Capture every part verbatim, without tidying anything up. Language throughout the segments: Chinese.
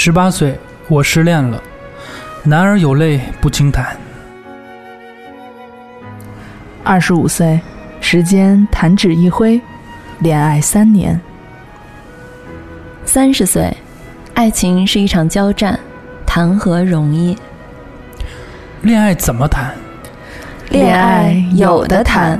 十八岁，我失恋了，男儿有泪不轻弹。 二十五岁，时间弹指一挥，恋爱三年。 三十岁，爱情是一场交战，谈何容易？ 恋爱怎么谈？ 恋爱有的谈。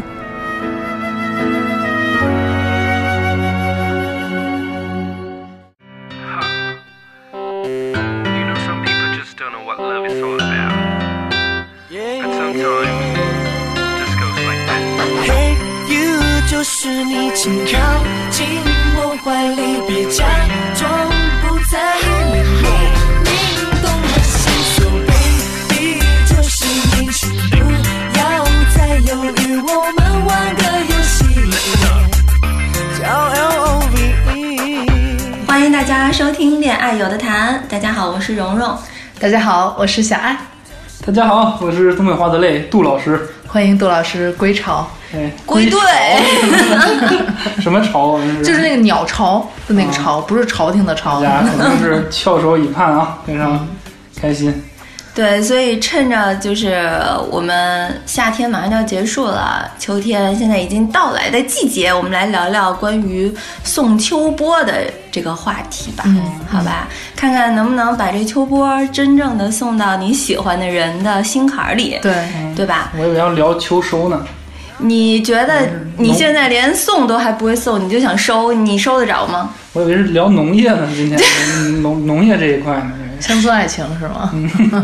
就是你，请靠近我怀里，别假装不在意，明明明懂我心所 baby 就是你，请不要再犹豫，我们玩个游戏，叫 L O V E。 欢迎大家收听恋爱有的谈，大家好，我是蓉蓉。 大家好，我是小爱。 大家好，我是东北话的泪杜老师。 欢迎杜老师归巢。 哎， 归队。 什么巢？ 就是那个鸟巢的那个巢，啊、不是朝廷的朝。 大家肯定是翘首以盼啊，非常开心。 对，所以趁着就是我们夏天马上就要结束了，秋天现在已经到来的季节，我们来聊聊关于送秋波的这个话题吧。 嗯， 好吧，看看能不能把这秋波真正的送到你喜欢的人的心坎里。 对， 对吧？ 我以为要聊秋收呢。 你觉得你现在连送都还不会送，你就想收，你收得着吗？ 我以为是聊农业呢，今天农农业这一块呢。 乡村爱情是吗？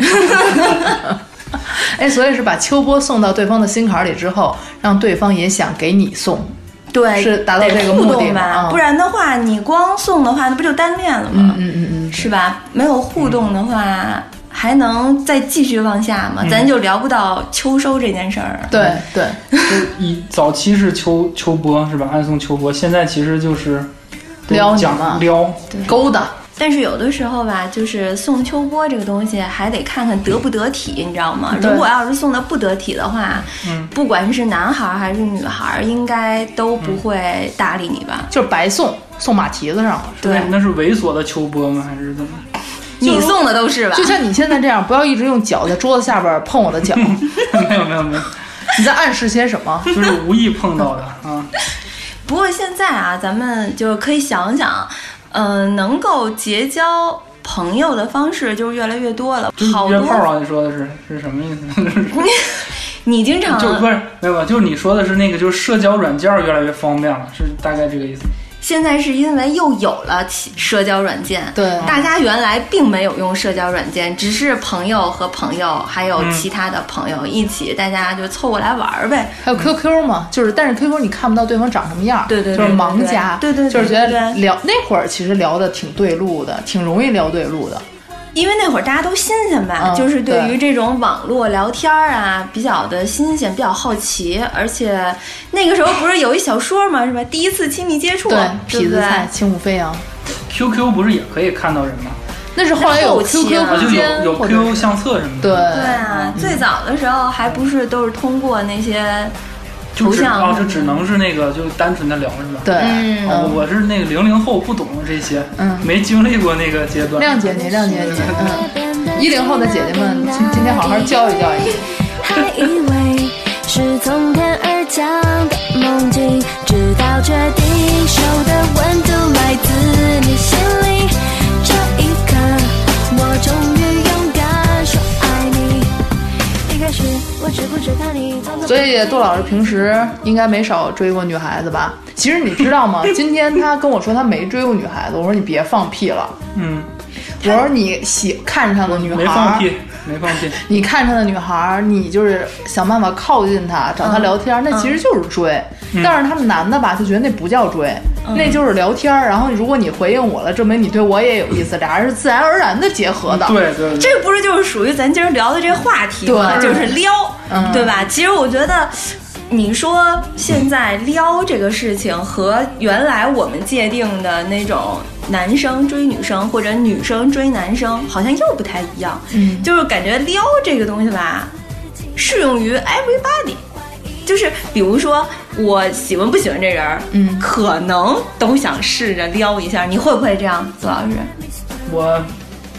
哎，所以是把秋波送到对方的心坎里之后，让对方也想给你送。 对， 是达到这个目的吧、嗯？不然的话，你光送的话，那不就单恋了吗？ 嗯嗯嗯嗯， 是吧？没有互动的话。嗯，还能再继续往下吗？嗯、咱就聊不到秋收这件事儿。 对对， 以早期是秋秋波是吧？暗送秋波，现在其实就是撩你嘛， 撩勾搭。 但是有的时候吧，就是送秋波这个东西还得看看得不得体，你知道吗？如果要是送的不得体的话，嗯，不管是男孩还是女孩，应该都不会搭理你吧？ 就是白送，送马蹄子上了。 对， 那是猥琐的秋波吗？还是怎么？ 你送的都是吧？ 就像你现在这样，不要一直用脚在桌子下边碰我的脚。 没有没有没有， 你在暗示些什么？ 就是无意碰到的啊。 不过现在啊，咱们就可以想想，嗯、呃，能够结交朋友的方式就是越来越多了。好多约炮啊？你说的是是什么意思？ 你经常就不是没有，就是你说的是那个，就是社交软件越来越方便了，是大概这个意思。 现在是因为又有了社交软件， 对， 大家原来并没有用社交软件，只是朋友和朋友还有其他的朋友一起，嗯、大家就凑过来玩呗。 还有 Q Q 嘛，就是但是 Q Q 你看不到对方长什么样， 对对， 就是盲加， 对 对, 对, 对, 对， 就是觉得聊那会儿其实聊的挺对路的，挺容易聊对路的。 因为那会儿大家都新鲜吧、嗯，就是对于这种网络聊天啊比较的新鲜，比较好奇，而且那个时候不是有一小说吗？是吧？第一次亲密接触， 对，痞子蔡、轻舞飞扬。 Q Q 不是也可以看到人吗？ 那是后来有 Q Q 空间，有有 Q Q 相册什么的。 对对啊、嗯，最早的时候还不是都是通过那些。 就只哦，就只能是那个，就单纯的聊是吧？ 对， 嗯， 哦，我是那个零零后，不懂这些， 嗯， 没经历过那个阶段。 谅解你，谅解你，嗯，一零后的姐姐们，今今天好好教育教育你。 还以为是从天而降的梦境，直到确定手的温度来自你心里，这一刻，我终于勇敢说爱你。一开始我只顾着看你。 所以杜老师平时应该没少追过女孩子吧？其实你知道吗？今天他跟我说他没追过女孩子，我说你别放屁了。 嗯， 我说你喜看上的女孩没放屁，没放屁。 你看上的女孩，你就是想办法靠近她，找她聊天，嗯、那其实就是追。嗯、但是他们男的吧，就觉得那不叫追，嗯、那就是聊天。然后如果你回应我了，证明你对我也有意思，俩人是自然而然的结合的。 嗯、对, 对对， 这不是就是属于咱今儿聊的这话题吗？ 对， 就是撩，嗯、对吧？其实我觉得。你说现在撩这个事情和原来我们界定的那种男生追女生或者女生追男生好像又不太一样，嗯，就是感觉撩这个东西吧，适用于 everybody， 就是比如说我喜欢不喜欢这人，嗯，可能都想试着撩一下，你会不会这样，左老师？ 我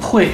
会，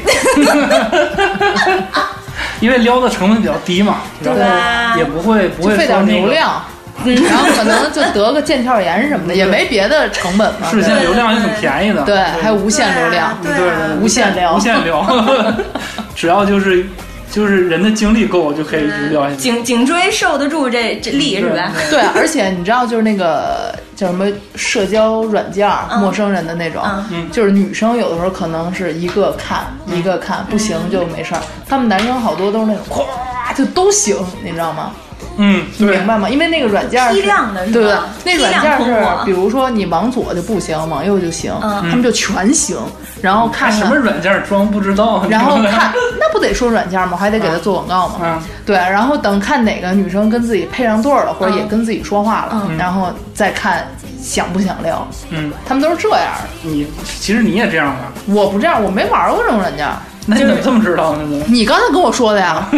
因为撩的成本比较低嘛，然后也不会不会就费点说那个流量。然后可能就得个腱鞘炎什么的，也没别的成本嘛。 视线流量也很便宜的， 对，还有无限流量， 对对对， 无限聊， 无限聊，只要就是就是人的精力够就可以一直聊下去。 颈颈椎受得住这这力是吧？ 对，而且你知道，就是那个叫什么社交软件，陌生人的那种，就是女生有的时候可能是一个看一个看，不行就没事儿。他们男生好多都是那种咵就都行，你知道吗？ 嗯， 你明白吗？因为那个软件批量的， 对不对？那软件是，比如说你往左就不行，往右就行， 嗯、 他们就全行。然后看看什么软件装不知道， 然后看那不得说软件吗？还得给他做广告嘛。 嗯， 对。然后等看哪个女生跟自己配上对了，或者也跟自己说话了， 嗯、 然后再看想不想聊。 嗯， 他们都是这样的。 你其实你也这样吧？ 我不这样，我没玩过这种软件。 那你怎么这么知道呢？ 你刚才跟我说的呀。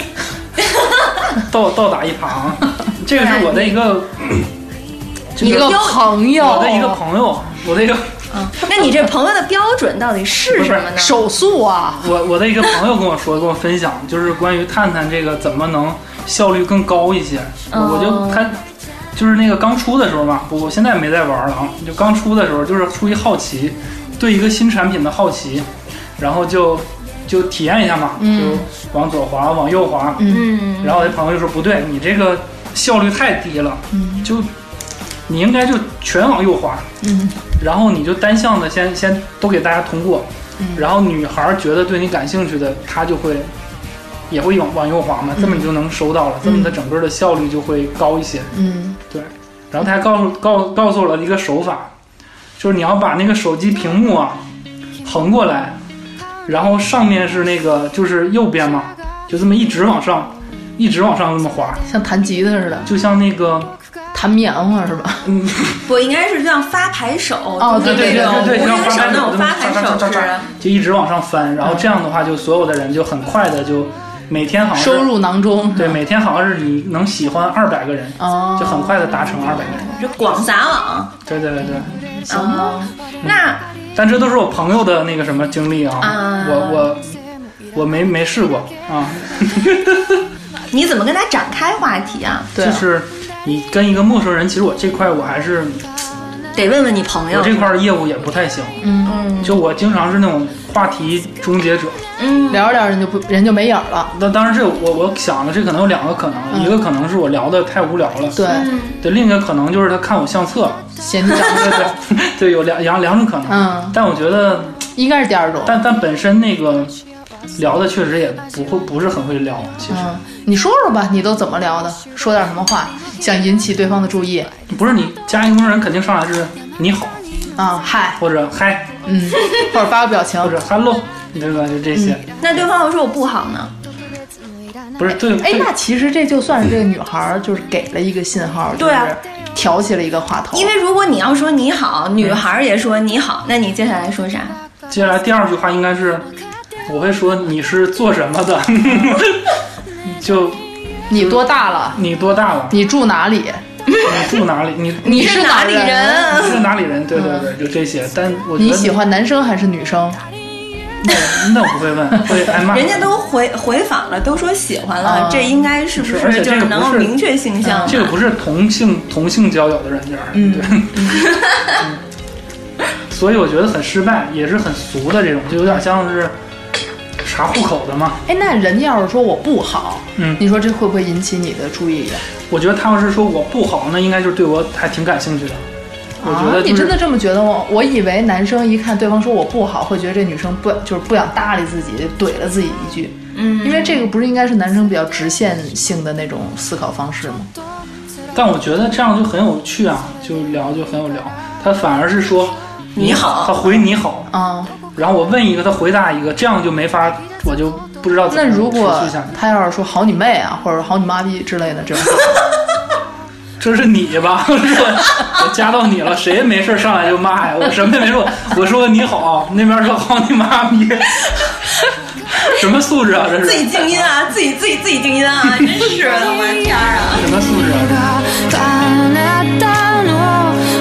倒倒打一耙，这个是我的一个一个朋友， 我的一个朋友，我的一个。 嗯，那你这朋友的标准到底是什么呢？ 手速啊！ 我我的一个朋友跟我说，跟我分享，就是关于探探这个怎么能效率更高一些。 哦、 我就他就是那个刚出的时候嘛，我现在没在玩了啊。就刚出的时候，就是出于好奇，对一个新产品的好奇，然后就。就体验一下嘛， 嗯、 就往左滑，往右滑， 嗯， 然后我的朋友就说不对，你这个效率太低了， 嗯， 就你应该就全往右滑， 嗯， 然后你就单向的先先都给大家通过， 嗯， 然后女孩觉得对你感兴趣的，她就会也会往往右滑嘛，这么你就能收到了，这么它整个的效率就会高一些， 嗯， 对，然后他还告诉告告诉我了一个手法，就是你要把那个手机屏幕啊横过来。然后上面是那个，就是右边嘛，就这么一直往上，一直往上这么滑， 像弹吉他似的， 就像那个弹棉花是吧？ 嗯， 不应该是像发牌手哦， 对对对对对， 像发牌手那种发牌手似的， 就一直往上翻，然后这样的话，就所有的人就很快的就每天好像收入囊中， 对，每天好像是你能喜欢二百个人， 哦， 就很快的达成二百个人， 这广撒网， 对对对对， 行吧， 那。 但这都是我朋友的那个什么经历啊， 啊我我我没没试过啊。 你怎么跟他展开话题啊？ 对啊， 就是你跟一个陌生人，其实我这块我还是得问问你朋友， 我这块业务也不太行， 嗯嗯， 就我经常是那种话题终结者， 嗯， 聊着聊着人就不人就没影了。 那当然这我我想的这可能有两个可能， 嗯、 一个可能是我聊的太无聊了， 对， 嗯、 对，另一个可能就是他看我相册了， 嫌你长对对对，有两两两种可能， 嗯， 但我觉得应该是第二种， 但但本身那个聊的确实也不会不是很会聊，其实、 嗯，你说说吧，你都怎么聊的？说点什么话，想引起对方的注意？ 不是你加一个陌生人，肯定上来是你好啊，嗨， 或者嗨， 嗯，或者发个表情， 或者 hello， 对吧？就这些。 嗯、那对方要说我不好呢？ 不是对， 哎，那其实这就算是这个女孩就是给了一个信号， 对啊， 挑起了一个话头。 因为如果你要说你好，女孩也说你好，那你接下来说啥？ 接下来第二句话应该是，我会说你是做什么的，就你多大了？ 你多大了？ 你住哪里？ 你住哪里？你你是哪里人？ 你是哪里人？对对对，就这些。但我觉得你喜欢男生还是女生？ 那那我不会问，会挨骂。 人家都回回访了，都说喜欢了， 啊、 这应该是不是是就是能够明确性向？ 这个不是同性同性交友的软件， 嗯， 对。嗯所以我觉得很失败，也是很俗的这种，就有点像是查户口的嘛。 哎，那人家要是说我不好， 嗯， 你说这会不会引起你的注意呀？ 我觉得他要是说我不好，那应该就是对我还挺感兴趣的。我觉得、就是啊、你真的这么觉得吗？我以为男生一看对方说我不好，会觉得这女生不就是不想搭理自己，怼了自己一句。 嗯， 因为这个不是应该是男生比较直线性的那种思考方式吗？ 但我觉得这样就很有趣啊，就聊就很有聊。他反而是说你好， 他回你好啊、 嗯，然后我问一个，他回答一个，这样就没法，我就不知道怎么那如果持续下去。 他要是说好你妹啊，或者好你妈逼之类的这种。 这是你吧？我加到你了，谁没事上来就骂呀？我什么也没说，我说你好，那边说好你妈逼，什么素质啊？这是自己静音啊，自己自己自己静音啊，真是的，我的天啊！ 什么素质啊？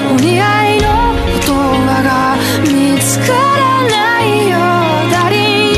見つからないよ足り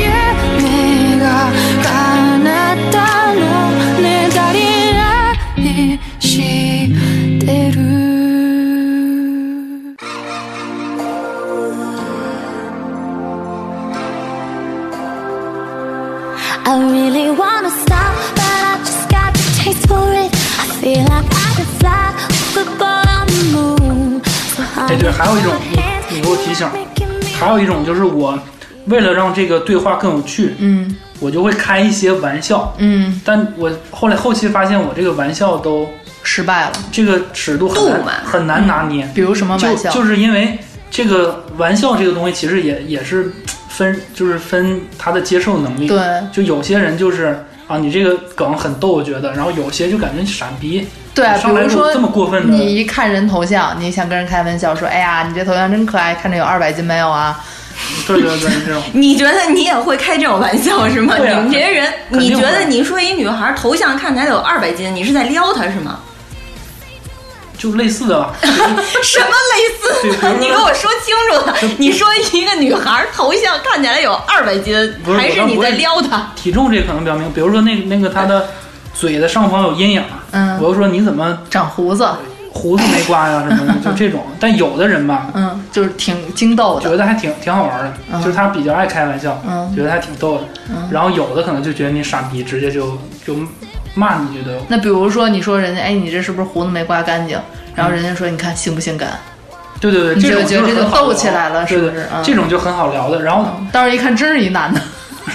哎，对，还有一种，你你给我提醒，还有一种就是我为了让这个对话更有趣， 嗯， 我就会开一些玩笑， 嗯， 但我后来后期发现我这个玩笑都失败了， 这个尺度很难很难拿捏。 比如什么玩笑？ 就就是因为这个玩笑这个东西，其实也也是分，就是分他的接受能力。 对， 就有些人就是啊，你这个梗很逗，我觉得，然后有些就感觉你傻逼。 对，比如说这么过分的， 你一看人头像，你想跟人开玩笑说，哎呀，你这头像真可爱，看着有二百斤没有啊？ 对对对，这种。 你觉得你也会开这种玩笑是吗？ 对啊， 你们这些人，你觉得你说一女孩头像看起来有二百斤，你是在撩她是吗？ 就类似的吧。 什么类似的？你给我说清楚了。你说一个女孩头像看起来有二百斤，还是你在撩她？ 体重这可能比较明，比如说那那个她的嘴的上方有阴影， 嗯， 我就说你怎么长胡子？ 胡子没刮呀什么的，就这种。但有的人吧， 嗯，就是挺精逗的， 觉得还挺挺好玩的， 嗯、 就是他比较爱开玩笑， 嗯， 觉得还挺逗的。 嗯， 然后有的可能就觉得你傻逼，直接就就骂你，觉得。 那比如说你说人家，哎，你这是不是胡子没刮干净？然后人家说，你看性不性感？ 对对对， 你这种觉得这就逗起来了，是不是？ 嗯、这种就很好聊的。然后、 嗯、到时候一看，真是一男的。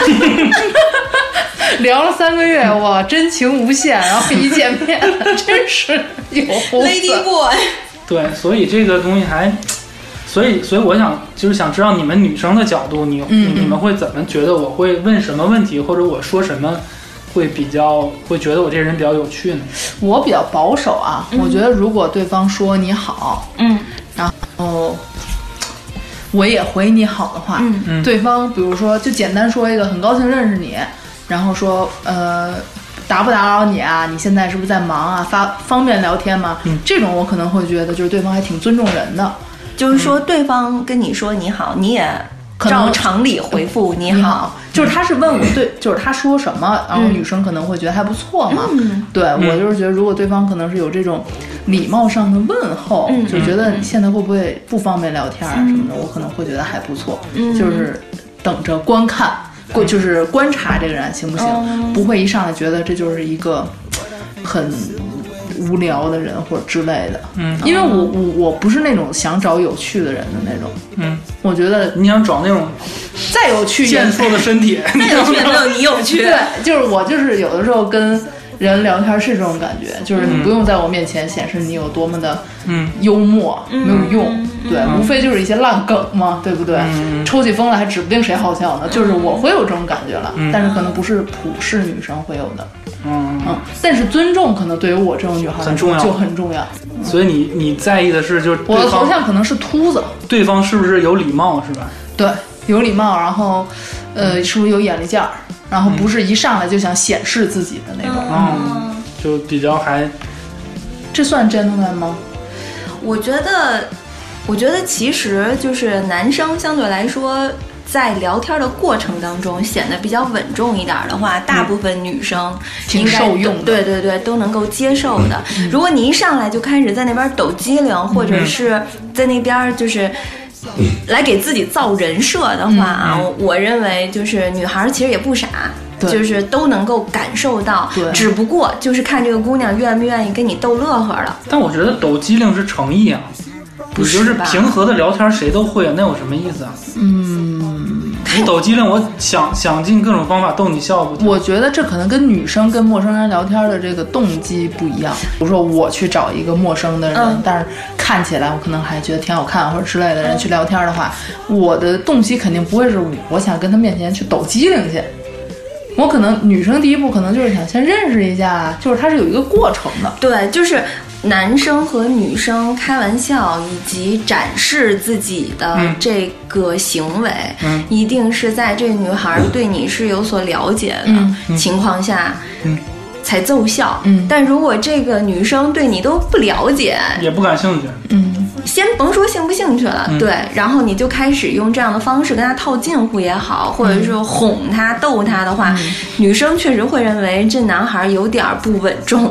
聊了三个月，哇，真情无限，然后一见面，真是有胡子 Lady Boy。 对，所以这个东西还，所以所以我想就是想知道你们女生的角度，你、 嗯、 你们会怎么觉得我会问什么问题，或者我说什么会比较会觉得我这人比较有趣呢？ 我比较保守啊，嗯、我觉得如果对方说你好， 嗯， 然后我也回你好的话， 嗯嗯， 对方比如说就简单说一个很高兴认识你，然后说呃。打不打扰你啊？你现在是不是在忙啊？发方便聊天吗？ 嗯， 这种我可能会觉得就是对方还挺尊重人的， 就是说对方跟你说你好，你也照常理回复你好， 你好，就是他是问我对，就是他说什么，然后女生可能会觉得还不错嘛。 嗯， 对、嗯、我就是觉得如果对方可能是有这种礼貌上的问候， 嗯、 就觉得现在会不会不方便聊天啊什么的， 嗯、 我可能会觉得还不错， 嗯、 就是等着观看。过就是观察这个人行不行、嗯，不会一上来觉得这就是一个很无聊的人或者之类的。 嗯， 因为我我我不是那种想找有趣的人的那种。 嗯， 我觉得你想找那种再有趣健硕的身体， 再有趣没有你有趣。 对，就是我就是有的时候跟人聊天是这种感觉，就是你不用在我面前显示你有多么的幽默， 嗯、 没有用，嗯、对、嗯，无非就是一些烂梗嘛，对不对？ 嗯、 抽起风来还指不定谁好笑呢，就是我会有这种感觉了， 嗯、 但是可能不是普世女生会有的， 嗯嗯，但是尊重可能对于我这种女孩很重要， 就很重要。 所以你你在意的是就是我的头像可能是秃子， 对方是不是有礼貌是吧？ 对，有礼貌，然后呃，是不是有眼力劲儿？然后不是一上来就想显示自己的那种， 嗯，就比较还， 这算 gentleman 吗？ 我觉得，我觉得其实就是男生相对来说，在聊天的过程当中显得比较稳重一点的话，大部分女生挺受用的， 对对对，都能够接受的。嗯、如果你一上来就开始在那边抖机灵，或者是在那边就是。来给自己造人设的话啊、嗯，我认为就是女孩其实也不傻，就是都能够感受到，只不过就是看这个姑娘愿不愿意跟你逗乐呵了。 但我觉得抖机灵是诚意啊， 不是就是平和的聊天谁都会啊，那有什么意思啊？ 嗯， 你抖机灵，我想想尽各种方法逗你笑不？ 我觉得这可能跟女生跟陌生人聊天的这个动机不一样。比如说我去找一个陌生的人，嗯、但是看起来我可能还觉得挺好看或者之类的人去聊天的话，嗯、我的动机肯定不会是我想跟他面前去抖机灵去。我可能女生第一步可能就是想先认识一下，就是它是有一个过程的。 对，就是男生和女生开玩笑以及展示自己的这个行为， 嗯、 一定是在这个女孩对你是有所了解的、 嗯、 情况下。 嗯才奏效， 嗯， 但如果这个女生对你都不了解， 也不感兴趣， 嗯， 先甭说兴不兴趣了， 嗯、 对，然后你就开始用这样的方式跟她套近乎也好，或者是哄她、逗她的话、 嗯， 女生确实会认为这男孩有点不稳重。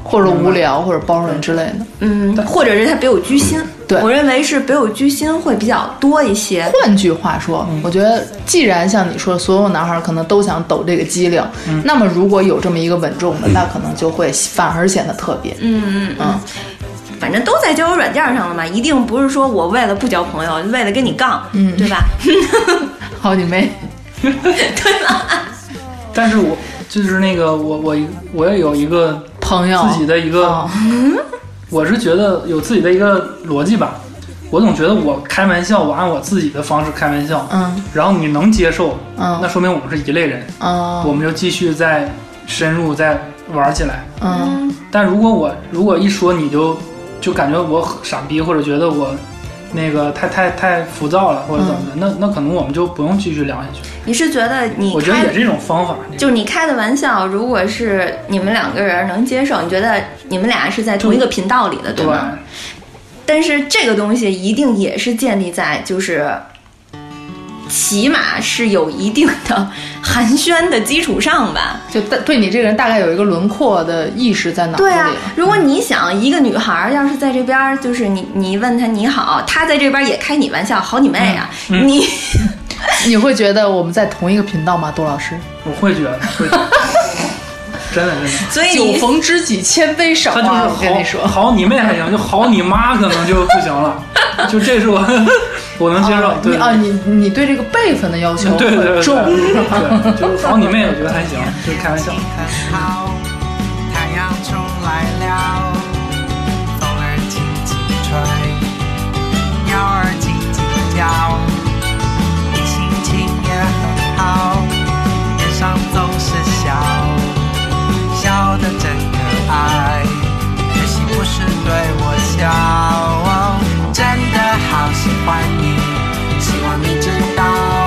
或者无聊，或者包容之类的。 嗯，或者是他别有居心。 对， 我认为是别有居心会比较多一些。 换句话说，嗯、我觉得既然像你说，所有男孩可能都想抖这个机灵，嗯、那么如果有这么一个稳重的，那可能就会反而显得特别。 嗯嗯嗯。反正都在交友软件上了嘛，一定不是说我为了不交朋友，为了跟你杠，嗯，对吧？ 好你妹， 对吧？ 但是我就是那个我我我也有一个朋友自己的一个，哦、我是觉得有自己的一个逻辑吧。我总觉得我开玩笑，我按我自己的方式开玩笑，嗯，然后你能接受，嗯，那说明我们是一类人，嗯，我们就继续再深入再玩起来，嗯。但如果我如果一说你就。就感觉我傻逼，或者觉得我那个太太太浮躁了，或者怎么的，嗯、那那可能我们就不用继续聊下去。 你是觉得你？ 我觉得也是一种方法。 就是你开的玩笑，如果是你们两个人能接受，你觉得你们俩是在同一个频道里的，对吗？对。但是这个东西一定也是建立在就是。起码是有一定的寒暄的基础上吧， 就对你这个人大概有一个轮廓的意识在脑子里。 对啊，如果你想一个女孩要是在这边，就是你你问她你好，她在这边也开你玩笑，好你妹啊！嗯嗯、你你会觉得我们在同一个频道吗，杜老师？ 我会觉得，会觉得真的真的。 所以酒逢知己千杯少啊！ 他就是我跟你说， 好你妹还行，就好你妈可能就不行了。就这是我我能接受。 啊、你啊，你你对这个辈分的要求很重， 对对对对，就是好你妹，我觉得还行，就是开玩笑。 太阳出来了，风儿轻轻吹，鸟儿叽叽叫，你心情也很好，脸上总是笑，笑得真可爱，可惜不是对我笑。哦，真的好喜欢你，希望你知道，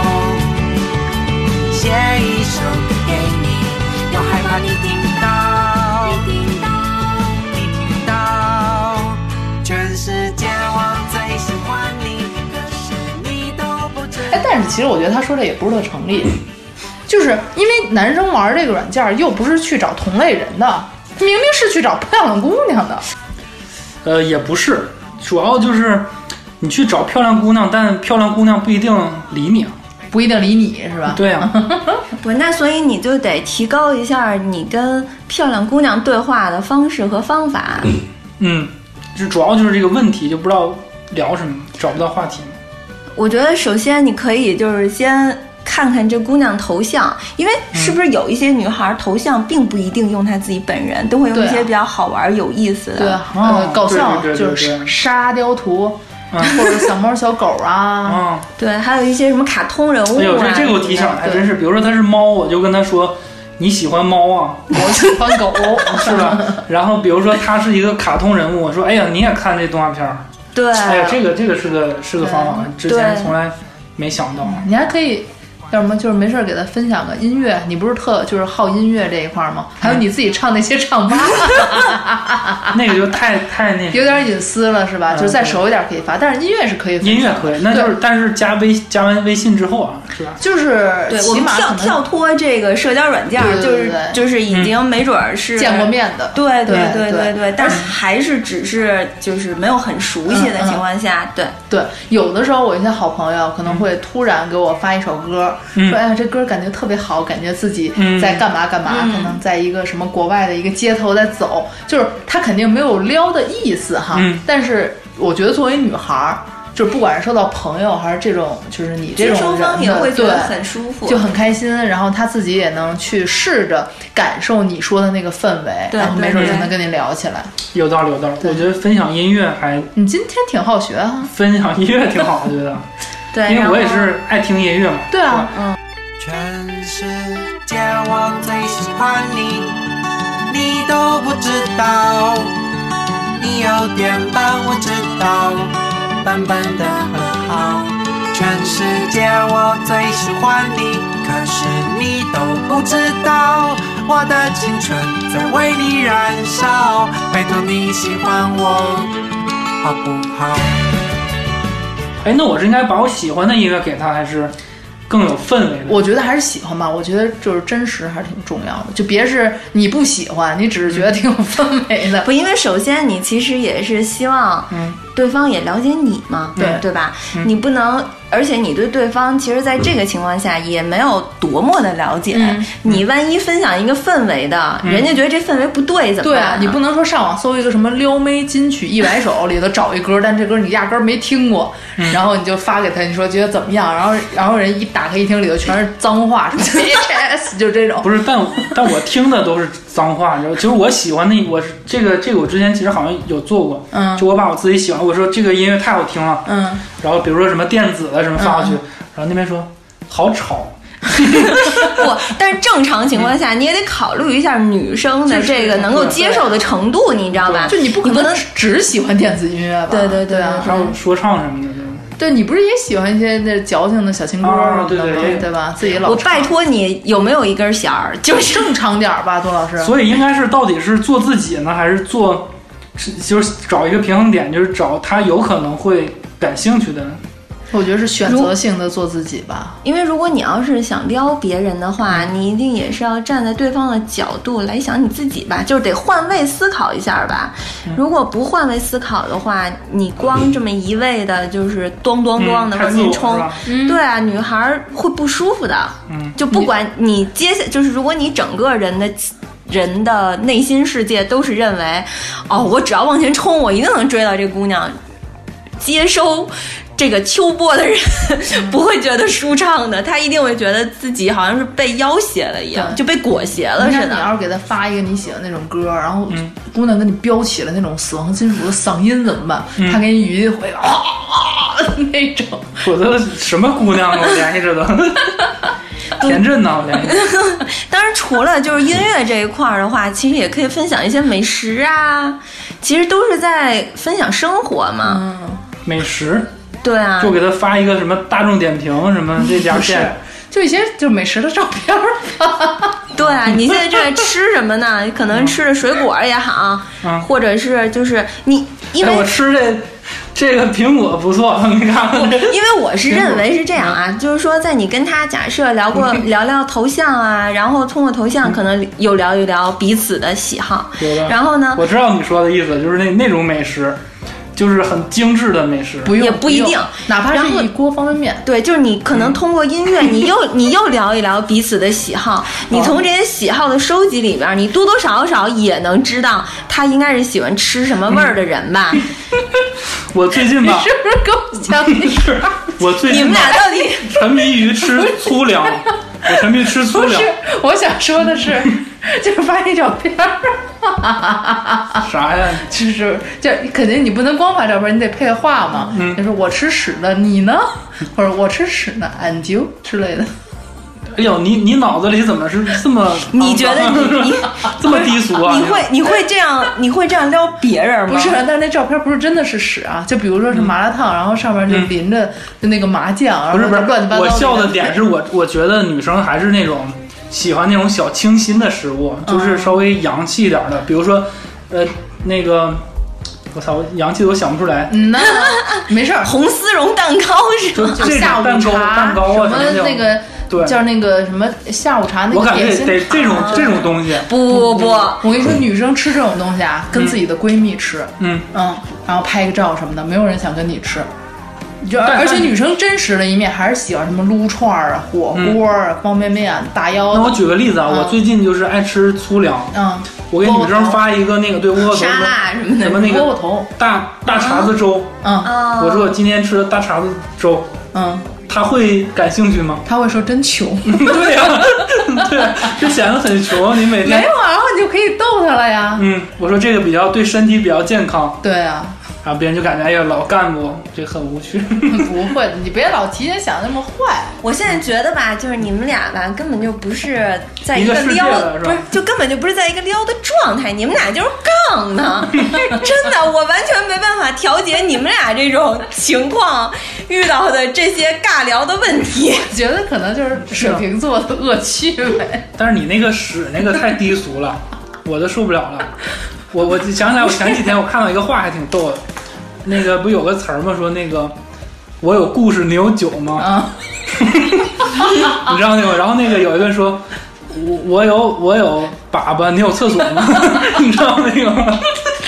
写一首歌给你，又害怕你听到，你听到，你听到，全世界我最喜欢你，可是你都不知道。 哎，但是其实我觉得他说的也不是特成立，就是因为男生玩这个软件又不是去找同类人的，明明是去找漂亮姑娘的。 呃，也不是。主要就是你去找漂亮姑娘，但漂亮姑娘不一定理你， 不一定理你是吧？ 对啊， 不，那所以你就得提高一下你跟漂亮姑娘对话的方式和方法。 嗯，就主要就是这个问题，就不知道聊什么，找不到话题。 我觉得首先你可以就是先看看这姑娘头像，因为是不是有一些女孩头像并不一定用她自己本人，都会用一些比较好玩有意思的， 对啊，呃，搞笑就是沙雕图。嗯、或者小猫小狗啊， 嗯， 对，还有一些什么卡通人物啊。 哎呦，这这个我提醒还真是，比如说他是猫，我就跟他说你喜欢猫啊， 我喜欢狗， 是吧？然后比如说他是一个卡通人物，我说哎呀你也看这动画片儿， 对， 哎呀这个这个是个是个方法，之前从来没想到。 你还可以。要什么就是没事给他分享个音乐，你不是特就是好音乐这一块吗？还有你自己唱那些唱吧， 那个就太太那有点隐私了是吧？嗯、就是再熟一点可以发，但是音乐是可以分享的。 音乐可以，那就是但是加微加完微信之后啊，是吧？ 就是对，我们跳跳脱这个社交软件， 对对对对就是就是已经没准是、 嗯、见过面的， 对对对对 对, 对，但是还是只是就是没有很熟悉的情况下，嗯嗯对对，有的时候我一些好朋友可能会突然给我发一首歌，嗯、说哎呀这歌。感觉特别好，感觉自己在干嘛干嘛、嗯、可能在一个什么国外的一个街头在走，就是他肯定没有撩的意思哈、 嗯、 但是我觉得作为女孩，就是不管是收到朋友还是这种就是你这种人， 双方也会觉得很舒服， 就很开心，然后他自己也能去试着感受你说的那个氛围， 对， 然后没准就能跟你聊起来。 有道理有道理，我觉得分享音乐还你今天挺好学啊， 分享音乐挺好我觉得对， 因为我也是爱听音乐嘛。 对啊，嗯。 全世界我最喜欢你，你都不知道，你有点笨我知道，笨笨的很好。全世界我最喜欢你，可是你都不知道，我的青春在为你燃烧，拜托你喜欢我好不好？ 哎，那我是应该把我喜欢的音乐给他，还是更有氛围的。 我觉得还是喜欢吧，我觉得就是真实还是挺重要的，就别是你不喜欢，你只是觉得挺有氛围的。 不，因为首先你其实也是希望对方也了解你嘛， 对对吧？ 嗯你不能，而且你对对方其实在这个情况下也没有多么的了解， 嗯你万一分享一个氛围的， 嗯人家觉得这氛围不对怎么办、 对啊，你不能说上网搜一个什么撩妹金曲一百首里头找一歌，但这歌你压根儿没听过， 嗯然后你就发给他，你说觉得怎么样？然后然后人一打开一听里头全是脏话，什么 bitches 就这种。 不是，但但我听的都是脏话，你知道？就是我喜欢的，我是这个这个我之前其实好像有做过， 嗯就我把我自己喜欢，我说这个音乐太好听了， 嗯， 然后比如说什么电子的什么发过去， 嗯然后那边说好吵。 不，但是正常情况下，你也得考虑一下女生的这个能够接受的程度，你知道吧？ 就你不可能只喜欢电子音乐吧？ 对对对啊， 还有说唱什么的， 对你不是也喜欢一些那矫情的小情歌什么的吗？ 啊对对对对吧？自己老我唱拜托你，有没有一根弦儿？就是正常点儿吧，杜老师。 所以应该是到底是做自己呢，还是做，是就是找一个平衡点，就是找他有可能会感兴趣的。 我觉得是选择性的做自己吧。 因为如果你要是想撩别人的话，你一定也是要站在对方的角度来想你自己吧，就是得换位思考一下吧。如果不换位思考的话，你光这么一味的就是咣咣咣的往前冲， 嗯对啊，女孩会不舒服的。 嗯， 就不管你接下，就是如果你整个人的。人的内心世界都是认为，哦，我只要往前冲，我一定能追到这姑娘。接收这个秋波的人不会觉得舒畅的，他一定会觉得自己好像是被要挟了一样，就被裹挟了似的。 你要是给他发一个你喜欢那种歌，然后姑娘跟你飙起了那种死亡金属的嗓音怎么办？ 嗯、 他给你语音回啊那种。 我的什么姑娘啊？我联系着的。田震呢？我联系。 当然，除了就是音乐这一块的话，其实也可以分享一些美食啊，其实都是在分享生活嘛。 嗯， 美食。 对啊， 就给他发一个什么大众点评什么这家店， 就一些就美食的照片吧。 对啊，你现在正在吃什么呢？可能吃的水果也好， 嗯、 或者是就是你，因为、 哎、我吃这这个苹果不错，你看看。 因为我是认为是这样啊，就是说在你跟他假设聊过聊聊头像啊，然后通过头像可能有聊一聊彼此的喜好，然后呢， 我知道你说的意思，就是那那种美食。就是很精致的美食， 不用也不一定， 哪怕是一锅方便面。 对，就是你可能通过音乐，你又你又聊一聊彼此的喜好，你从这些喜好的收集里边，你多多少少也能知道他应该是喜欢吃什么味儿的人吧。 我最近吧， 你是不是跟我讲你是？我最近你们俩到底沉迷于吃粗粮，我沉迷于吃粗粮。 不是，我想说的是，就是发一照片。 啥呀？ 就是就肯定你不能光发照片，你得配话嘛。 嗯， 就说我吃屎的，你呢？或者我吃屎呢，and you 之类的。 哎呦，你你脑子里怎么是这么？ 你觉得你你这么低俗啊？ 你会你会这样你会这样撩别人吗？ 不是，但是那照片不是真的是屎啊！就比如说是麻辣烫，嗯、然后上面就淋着就那个麻酱， 不是不是乱七八糟。 我笑的点是我我觉得女生还是那种喜欢那种小清新的食物，就是稍微洋气一点的，比如说呃那个。我操，洋气的我想不出来。 嗯，那没事儿， 红丝绒蛋糕是吗？ 就下午茶、 蛋糕啊， 什么那个， 对， 叫那个什么下午茶那个点心， 我感觉得这种这种东西。 不不不， 我跟你说，女生吃这种东西啊，跟自己的闺蜜吃， 嗯嗯，然后拍个照什么的，没有人想跟你吃。就而且女生真实的一面还是喜欢什么撸串啊、火锅啊、方便面、大腰。 那我举个例子啊，我最近就是爱吃粗粮， 嗯， 我给女生发一个那个对窝窝头沙拉什么的， 什么那个窝窝头大大碴子粥， 嗯， 我说我今天吃的大碴子粥， 嗯， 她会感兴趣吗？ 她会说真穷。 对呀，对，就显得很穷。你每天没有啊，然后你就可以逗她了呀。 嗯，我说这个比较对身体比较健康。 对啊。 然后别人就感觉哎呀老干部这很无趣。 不会，你别老提前想那么坏。 我现在觉得吧，就是你们俩吧，根本就不是在一个撩， 是不是就根本就不是在一个撩的状态，你们俩就是杠呢。真的，我完全没办法调节你们俩这种情况遇到的这些尬聊的问题。 我觉得可能就是水瓶座的恶趣味。 但是你那个屎那个太低俗了，我都受不了了。我我想起来，我前几天我看到一个话还挺逗的，那个不有个词儿吗？说那个我有故事，你有酒吗？ 啊， 你知道那个？然后那个有一个说，我我有我有粑粑，你有厕所吗？你知道那个吗？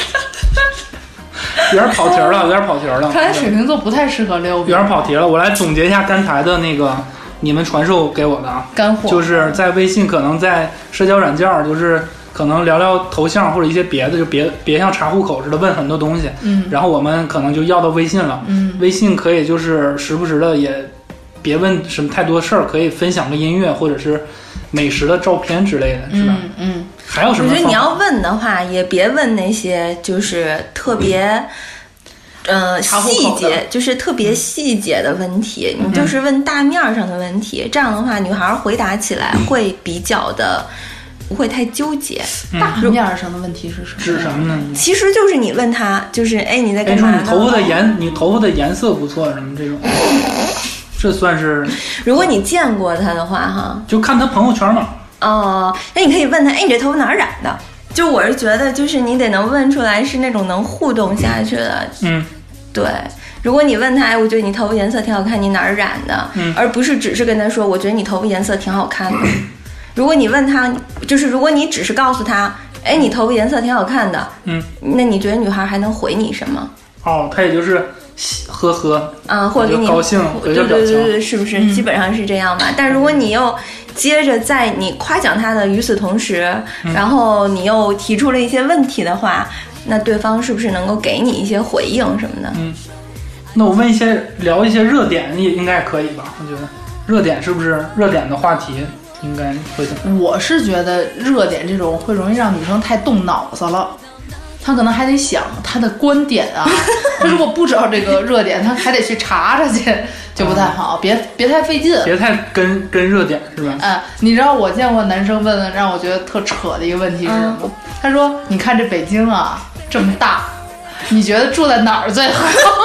有点跑题了，有点跑题了。 看来水瓶座不太适合撩有点跑题了。我来总结一下刚才的那个你们传授给我的啊， 干货， 就是在微信，可能在社交软件，就是可能聊聊头像或者一些别的，就别别像查户口似的问很多东西。 嗯， 然后我们可能就要到微信了。 嗯， 微信可以就是时不时的也别问什么太多事儿，可以分享个音乐或者是美食的照片之类的，是吧？ 嗯嗯。 还有什么？ 我觉得你要问的话，也别问那些就是特别。呃，细节就是特别细节的问题， 嗯、 你就是问大面上的问题，这样的话，女孩回答起来会比较的不会太纠结。 嗯、 大面上的问题是什么？ 指什么呢？ 其实就是你问他，就是哎，你在干嘛呢？ 你头发的颜，你头发的颜色不错，什么这种，这算是。 如果你见过他的话，哈， 就看他朋友圈嘛。 哦，那你可以问他，哎，你这头发哪儿染的？就我是觉得，就是你得能问出来是那种能互动下去的。 嗯， 对。如果你问他，哎，我觉得你头发颜色挺好看，你哪儿染的？ 嗯， 而不是只是跟他说，我觉得你头发颜色挺好看的。如果你问他，就是如果你只是告诉他，哎，你头发颜色挺好看的， 嗯， 那你觉得女孩还能回你什么？ 哦，他也就是呵呵啊，或者给你高兴， 对对对对，是不是、嗯、基本上是这样吧？但如果你又接着在你夸奖他的与此同时， 嗯、 然后你又提出了一些问题的话，那对方是不是能够给你一些回应什么的？ 嗯，那我问一些聊一些热点也应该可以吧？我觉得热点是不是热点的话题应该会的。 我是觉得热点这种会容易让女生太动脑子了。他可能还得想他的观点啊，他如果不知道这个热点，他还得去查查去，就不太好。别别太费劲， 别太跟跟热点是吧？ 哎，你知道我见过男生问的让我觉得特扯的一个问题是什么？嗯、他说：“你看这北京啊这么大，你觉得住在哪儿最好？”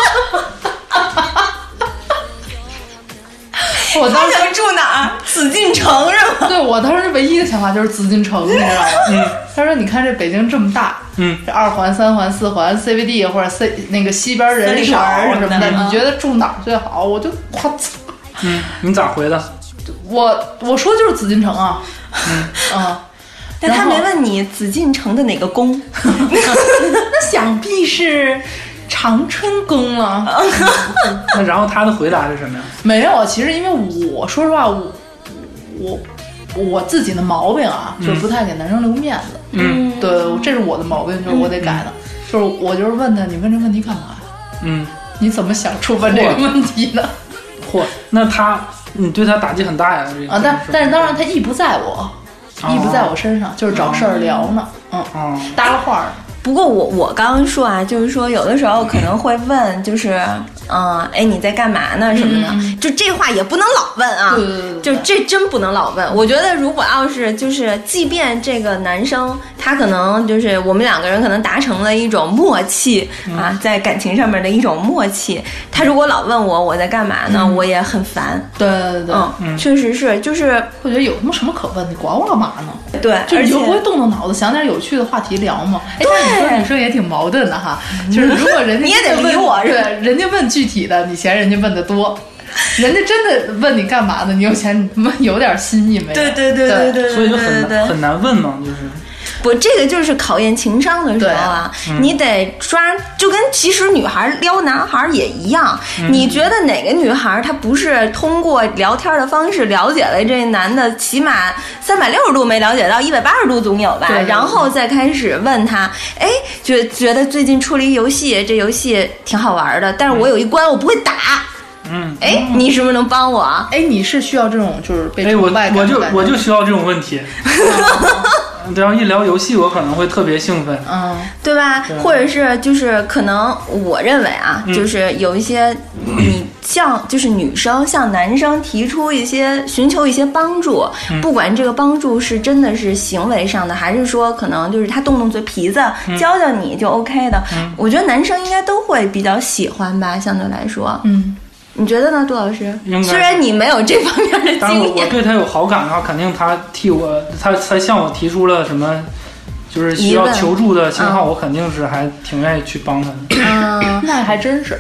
我当时想住哪儿？紫禁城是吗？ 对，我当时唯一的想法就是紫禁城，你知道吗？ 嗯。 他说：“你看这北京这么大， 嗯， 这二环、三环、四环 C B D 或者 C 那个西边人少什么的， 的你觉得住哪儿最好？”我就我操， 嗯，你咋回的？ 我我说就是紫禁城啊， 嗯啊， 但他没问你紫禁城的哪个宫， 那想必是。长春宫了， 那然后他的回答是什么呀？ 没有，其实因为我说实话，我我我自己的毛病啊， 嗯、 就是不太给男生留面子。 嗯， 对，这是我的毛病，就是我得改的。嗯、就是我就是问他，你问这问题干嘛呀？ 嗯， 你怎么想出问这个问题的？ 嚯，那他你对他打击很大呀？这啊，但但是当然他意不在我， 哦、 意不在我身上，就是找事儿聊呢。嗯， 哦、 搭个话儿。 不过我我刚刚说啊，就是说有的时候可能会问，就是嗯，哎你在干嘛呢什么的， 嗯、 就这话也不能老问啊， 对对对对就这真不能老问。我觉得如果要是就是即便这个男生他可能就是我们两个人可能达成了一种默契、嗯、啊，在感情上面的一种默契，他如果老问我我在干嘛呢、嗯、我也很烦。 对对对， 嗯， 嗯确实是，就是我觉得有他妈什么可问，你管我干嘛呢？ 对， 就你就不会动动脑子想点有趣的话题聊吗？哎，但是你说女生也挺矛盾的哈，就是如果人家你也得理我， 对，人家问具体的，你嫌人家问的多；人家真的问你干嘛呢，你又嫌你他妈有点新意没有？ 对对对对对， 所以就很难很难问嘛，就是。 不，这个就是考验情商的时候啊， 嗯、 你得抓，就跟其实女孩撩男孩也一样。 嗯、 你觉得哪个女孩她不是通过聊天的方式了解了这男的，起码三百六十度没了解到，一百八十度总有吧？ 对对对， 然后再开始问他，哎，觉觉得最近出了一游戏，这游戏挺好玩的，但是我有一关我不会打。 嗯， 哎，你是不是能帮我？ 哎，你是需要这种就是被崇拜感？哎，我我就我就需要这种问题。只要一聊游戏，我可能会特别兴奋， 嗯， 对吧？ 对， 或者是就是可能我认为啊， 嗯、 就是有一些你向就是女生向男生提出一些寻求一些帮助， 嗯、 不管这个帮助是真的是行为上的，还是说可能就是他动动嘴皮子、嗯、教教你就 OK 的、 嗯， 我觉得男生应该都会比较喜欢吧，相对来说， 嗯。 你觉得呢，杜老师？虽然你没有这方面的经验， 但我我对他有好感的话，肯定他替我，他他向我提出了什么，就是需要求助的信号， 嗯、 我肯定是还挺愿意去帮他的。 嗯， 那还真是。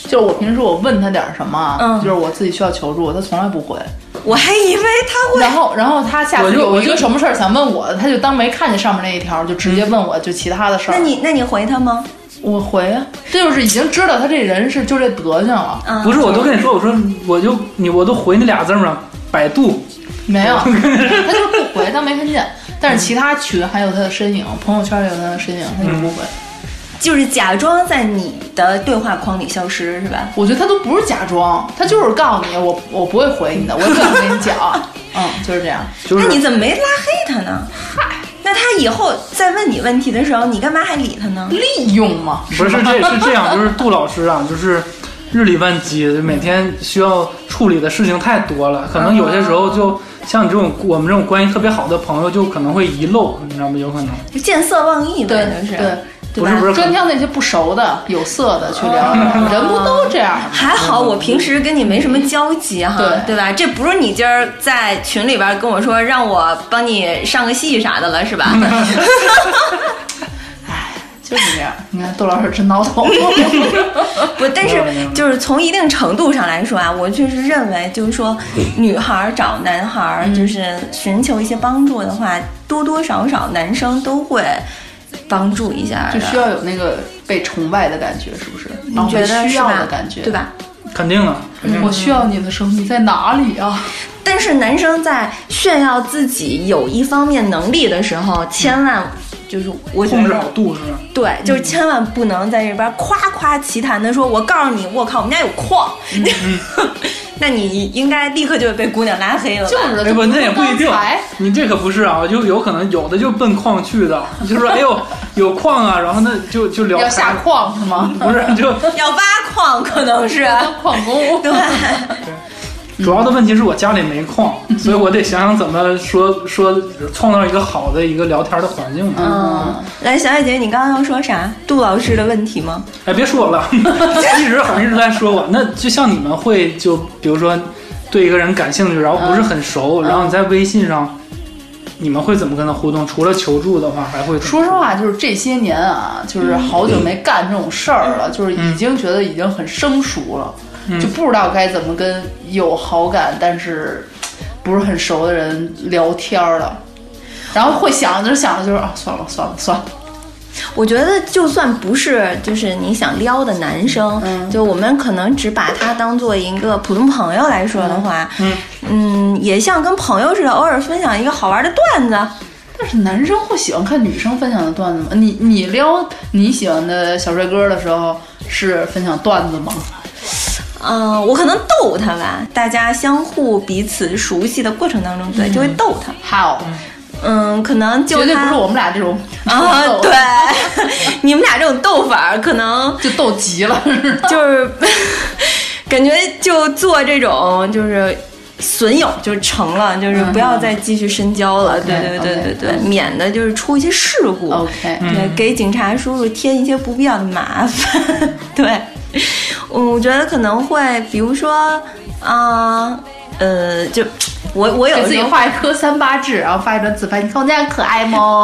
就是我平时我问他点什么， 嗯就是我自己需要求助，他从来不回。 我还以为他会。 然后，然后他下次我就有一个什么事儿想问我的，他就当没看见上面那一条，就直接问我就其他的事儿。 那你那你回他吗？ 我回啊，这就是已经知道他这人是就这德行了。 嗯， 不是，我都跟你说，我说我就你我都回那俩字嘛，百度。 没有，他就是不回，当没看见。但是其他群还有他的身影，朋友圈也有他的身影，他就不回。 就是假装在你的对话框里消失，是吧？ 我觉得他都不是假装，他就是告诉你，我我不会回你的，我也不想跟你讲。嗯，就是这样。 就是那你怎么没拉黑他呢？嗨，那他以后再问你问题的时候，你干嘛还理他呢？ 利用嘛， 不是这是这样，就是杜老师啊，就是日理万机，每天需要处理的事情太多了，可能有些时候就像你这种我们这种关系特别好的朋友，就可能会遗漏，你知道吗？有可能就见色忘义呗，就是对。 对吧？ 不是不是专挑那些不熟的、有色的去聊，人不都这样吗？ 还好我平时跟你没什么交集哈， 对对吧？这不是你今儿在群里边跟我说让我帮你上个戏啥的了，是吧？ 哎，就是这样。你看杜老师真脑桶。 不，但是就是从一定程度上来说啊，我确实认为，就是说，女孩找男孩就是寻求一些帮助的话，多多少少男生都会帮助一下的， 就需要有那个被崇拜的感觉，是不是？ 你觉得需要是吧的感觉， 对吧？ 肯定啊，肯定。 我需要你的时候，你在哪里啊？ 但是男生在炫耀自己有一方面能力的时候，千万就是我觉控制好得度是吧？ 对，就是千万不能在这边夸夸其谈的说，我告诉你，我靠，我们家有矿，那你应该立刻就被姑娘拉黑了吧。 就是哎不，那也不一定刚才， 你这可不是啊，就有可能有的就奔矿去的，你就说哎呦有矿啊，然后那就就聊要下矿是吗？ 不是就要挖矿可能是当矿工。 对。 主要的问题是我家里没矿，所以我得想想怎么说说创造一个好的一个聊天的环境嘛。 嗯，来，小姐姐，你刚刚要说啥？杜老师的问题吗？ 哎，别说了，一直好像一直在说我。那就像你们会就比如说对一个人感兴趣，然后不是很熟， 嗯、 然后你在微信上，你们会怎么跟他互动？除了求助的话，还会怎么说实话，就是这些年啊，就是好久没干这种事儿了，就是已经觉得已经很生疏了。就不知道该怎么跟有好感但是不是很熟的人聊天了，然后会想着想着就是啊，算了算了算了。 我觉得就算不是就是你想撩的男生，嗯、就我们可能只把他当做一个普通朋友来说的话，嗯, 嗯也像跟朋友似的，偶尔分享一个好玩的段子。 但是男生会喜欢看女生分享的段子吗？你你撩你喜欢的小帅哥的时候是分享段子吗？ 嗯、呃，我可能逗他吧，大家相互彼此熟悉的过程当中，对，就会逗他。 好， 嗯，可能就绝对不是我们俩这种啊，对，你们俩这种逗法可能就逗急了， 就是感觉就做这种就是损友就成了，就是不要再继续深交了。嗯、对对对对对， okay, 免得就是出一些事故。 OK， 对，嗯、给警察叔叔添一些不必要的麻烦。对。嗯，我觉得可能会，比如说，啊、呃，呃，就我我有给自己画一颗三八痣，然后发一张自拍，你看我这样可爱吗？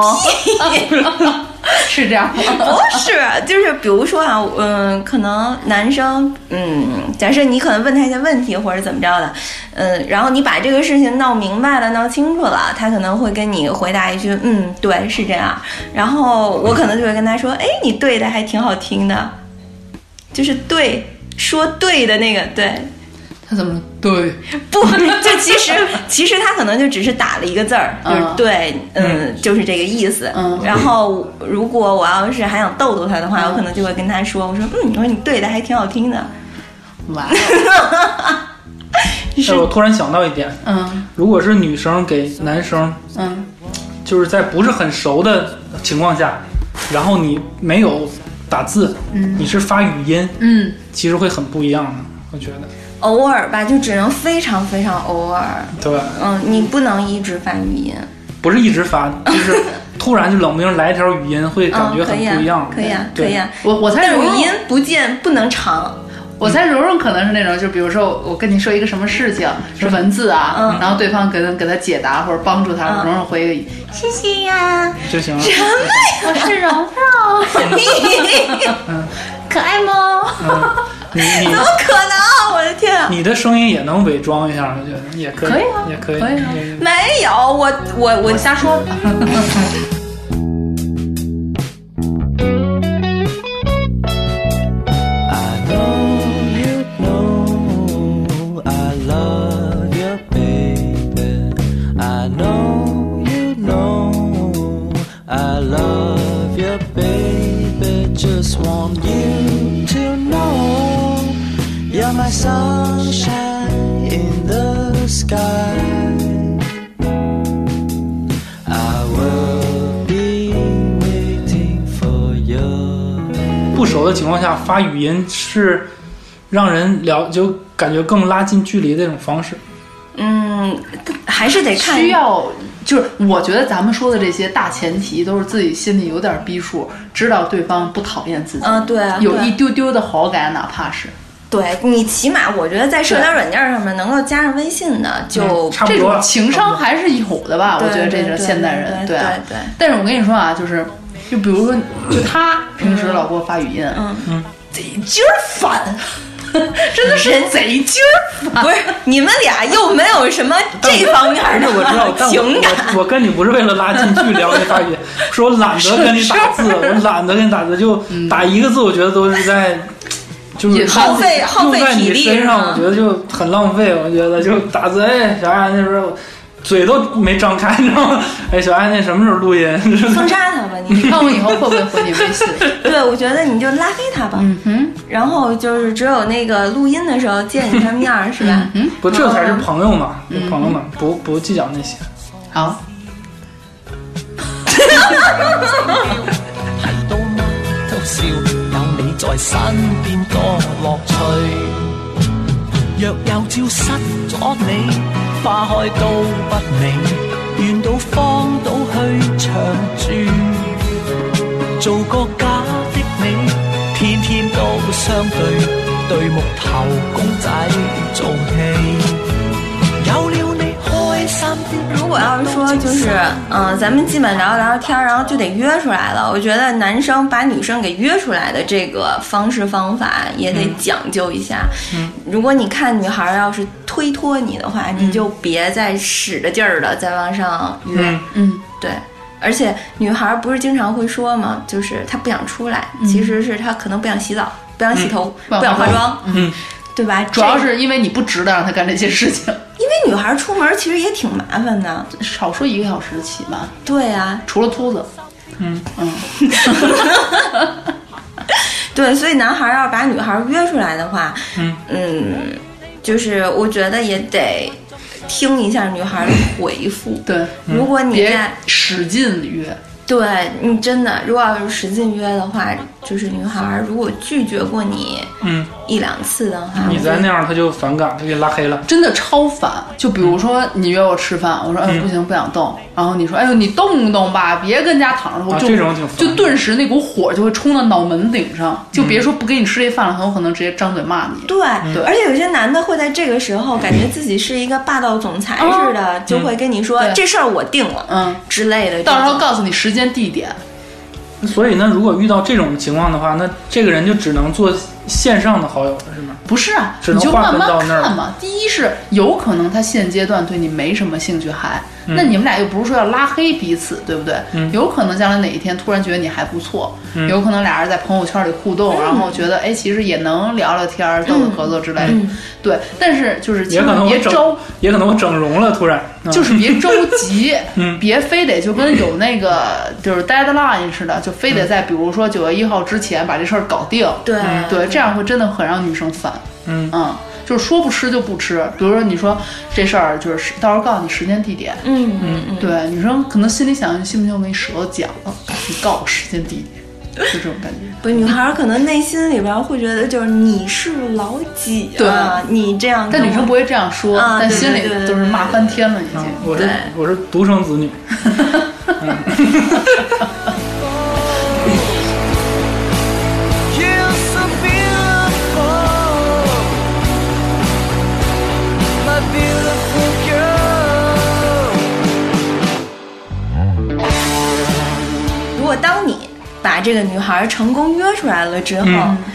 是这样吗？ 不是，就是比如说啊，嗯，可能男生，嗯，假设你可能问他一些问题或者怎么着的，嗯，然后你把这个事情闹明白了、闹清楚了，他可能会跟你回答一句，嗯，对，是这样。然后我可能就会跟他说，哎，你对的还挺好听的。就是对说对的那个对， 他怎么对？ 不，就其实其实他可能就只是打了一个字儿，就是对，嗯，嗯就是这个意思。嗯，然后如果我要是还想逗逗他的话，嗯、我可能就会跟他说，我说嗯，我说你对的还挺好听的。 哇！ 哎，我突然想到一点， 嗯， 如果是女生给男生， 嗯， 就是在不是很熟的情况下，然后你没有。打字， 嗯， 你是发语音， 嗯， 其实会很不一样的，我觉得。 偶尔吧，就只能非常非常偶尔。 对， 嗯，你不能一直发语音。 不是一直发，就是突然就冷不丁来一条语音，会感觉很不一样。 可以啊，可以啊。 我我猜但语音不见不能长。 我猜蓉蓉可能是那种，就比如说我跟你说一个什么事情是文字啊， 嗯、 然后对方给他给他解答或者帮助他，蓉、嗯、蓉回一个谢谢呀就行了。 什么呀？ 我是蓉蓉， 嗯， 可爱吗？ 嗯， 你你怎么可能？我的天啊！ 你的声音也能伪装一下，我觉得也可以， 可以啊也可以， 可以啊也没有，我我我我瞎说的。 Just want you to know you're my sunshine in the sky. I will be waiting for you. 不熟的情况下发语音是让人了就感觉更拉近距离的一种方式。 嗯，还是得看需要，就是我觉得咱们说的这些大前提都是自己心里有点逼数，知道对方不讨厌自己， 嗯，对啊，对有一丢丢的好感，哪怕是对你起码我觉得在社交软件上面能够加上微信的，就嗯差不多这种情商还是有的吧？我觉得这是现代人， 对啊。 对。 但是我跟你说啊，就是就比如说，就他平时老给我发语音， 嗯嗯， 贼劲儿烦。真的是贼劲儿烦， 不是你们俩又没有什么这方面的我知道，但情感。 我我跟你不是为了拉近距离聊这发语音，是我懒得跟你打字，我懒得跟你打字，就打一个字，我觉得都是在。就是耗费耗费体力身上，我觉得就很浪费。我觉得就打字，哎，小爱那时候嘴都没张开，你知道吗？哎，小爱那什么时候录音？ 封杀他吧，你看我以后会不会回你微信？ 对，我觉得你就拉黑他吧。 嗯哼。 然后就是只有那个录音的时候见你什么样，是吧？ 嗯， 不，这才是朋友嘛，嗯、朋友们不不计较那些。 好。 提到乜都笑，有你在身邊多樂趣。若有朝失咗你，花開都不美，願到荒島去長住，做個假的你，天天都相對，對木頭公仔做戲。有了你開心啲。 如果要是說就是嗯、呃，咱們基本聊聊天，然後就得約出來了。我覺得男生把女生給約出來的這個方式方法也得講究一下。 嗯， 如果你看女孩要是推脫你的話，你就別再使着勁兒的再往上約。 嗯，嗯對。而且女孩不是經常會說嗎？就是她不想出來， 嗯、 其實是她可能不想洗澡，不想洗頭， 嗯、 不想化妝。 嗯。 對吧？ 主要是因為你不值得讓他幹這些事情。 因為女孩出門其實也挺麻煩的， 少說一個小時起吧。 對啊， 除了禿子。 嗯嗯。 對，所以男孩要把女孩約出來的話， 嗯嗯，就是我覺得也得聽一下女孩的回復。 對， 如果你在使勁約。 对你真的，如果要是使劲约的话，就是女孩如果拒絕過你， 嗯， 一兩次的話， 你再那樣，他就反感，他給拉黑了。 真的超煩。就比如說你約我吃飯，我說哎不行不想動，然後你說哎呦你動動吧，別跟家躺着，我就、 啊、這種挺煩， 就頓時那股火就會衝到腦門頂上，就別說不給你吃這飯了，很有可能直接張嘴罵你。 對，對，而且有些男的會在這個時候感覺自己是一個霸道總裁似的，就會跟你說、嗯、這事兒我定了，嗯之類的， 到時候告訴你時間地點。 所以呢，如果遇到這種情況的話，那這個人就只能做線上的好友了，是嗎？ 不是啊， 只能你就慢慢劃分到那兒看嘛。第一是有可能他現階段對你沒什麼興趣還， 嗯、 那你們倆又不是說要拉黑彼此，對不對？ 嗯、 有可能將來哪一天突然覺得你還不錯，嗯、有可能倆人在朋友圈裡互動，嗯、然後覺得哎，其實也能聊聊天，逗逗合作之類的。 嗯、 對，但是就是也可能別着，也可能我整容了，突然、 嗯、就是別着急， 嗯， 別非得就跟有那個就是 deadline 似的，就非得在比如說九月一號之前把這事兒搞定。 對、 嗯、對，這樣會真的很讓女生煩。 嗯嗯，就是說不吃就不吃。比如說你說這事兒就是到時候告訴你時間地點， 嗯嗯嗯， 對，女生可能心裡想，你信不信我給你舌頭講了，你告我時間地點，就這種感覺。 不，女孩可能內心裡邊會覺得就是你是老幾啊，對你這樣， 但女生不會這樣說， 啊、 但心裡都是罵翻天了已經。 啊、我是我是獨生子女。嗯如果當你把這個女孩成功約出來了之後， 嗯、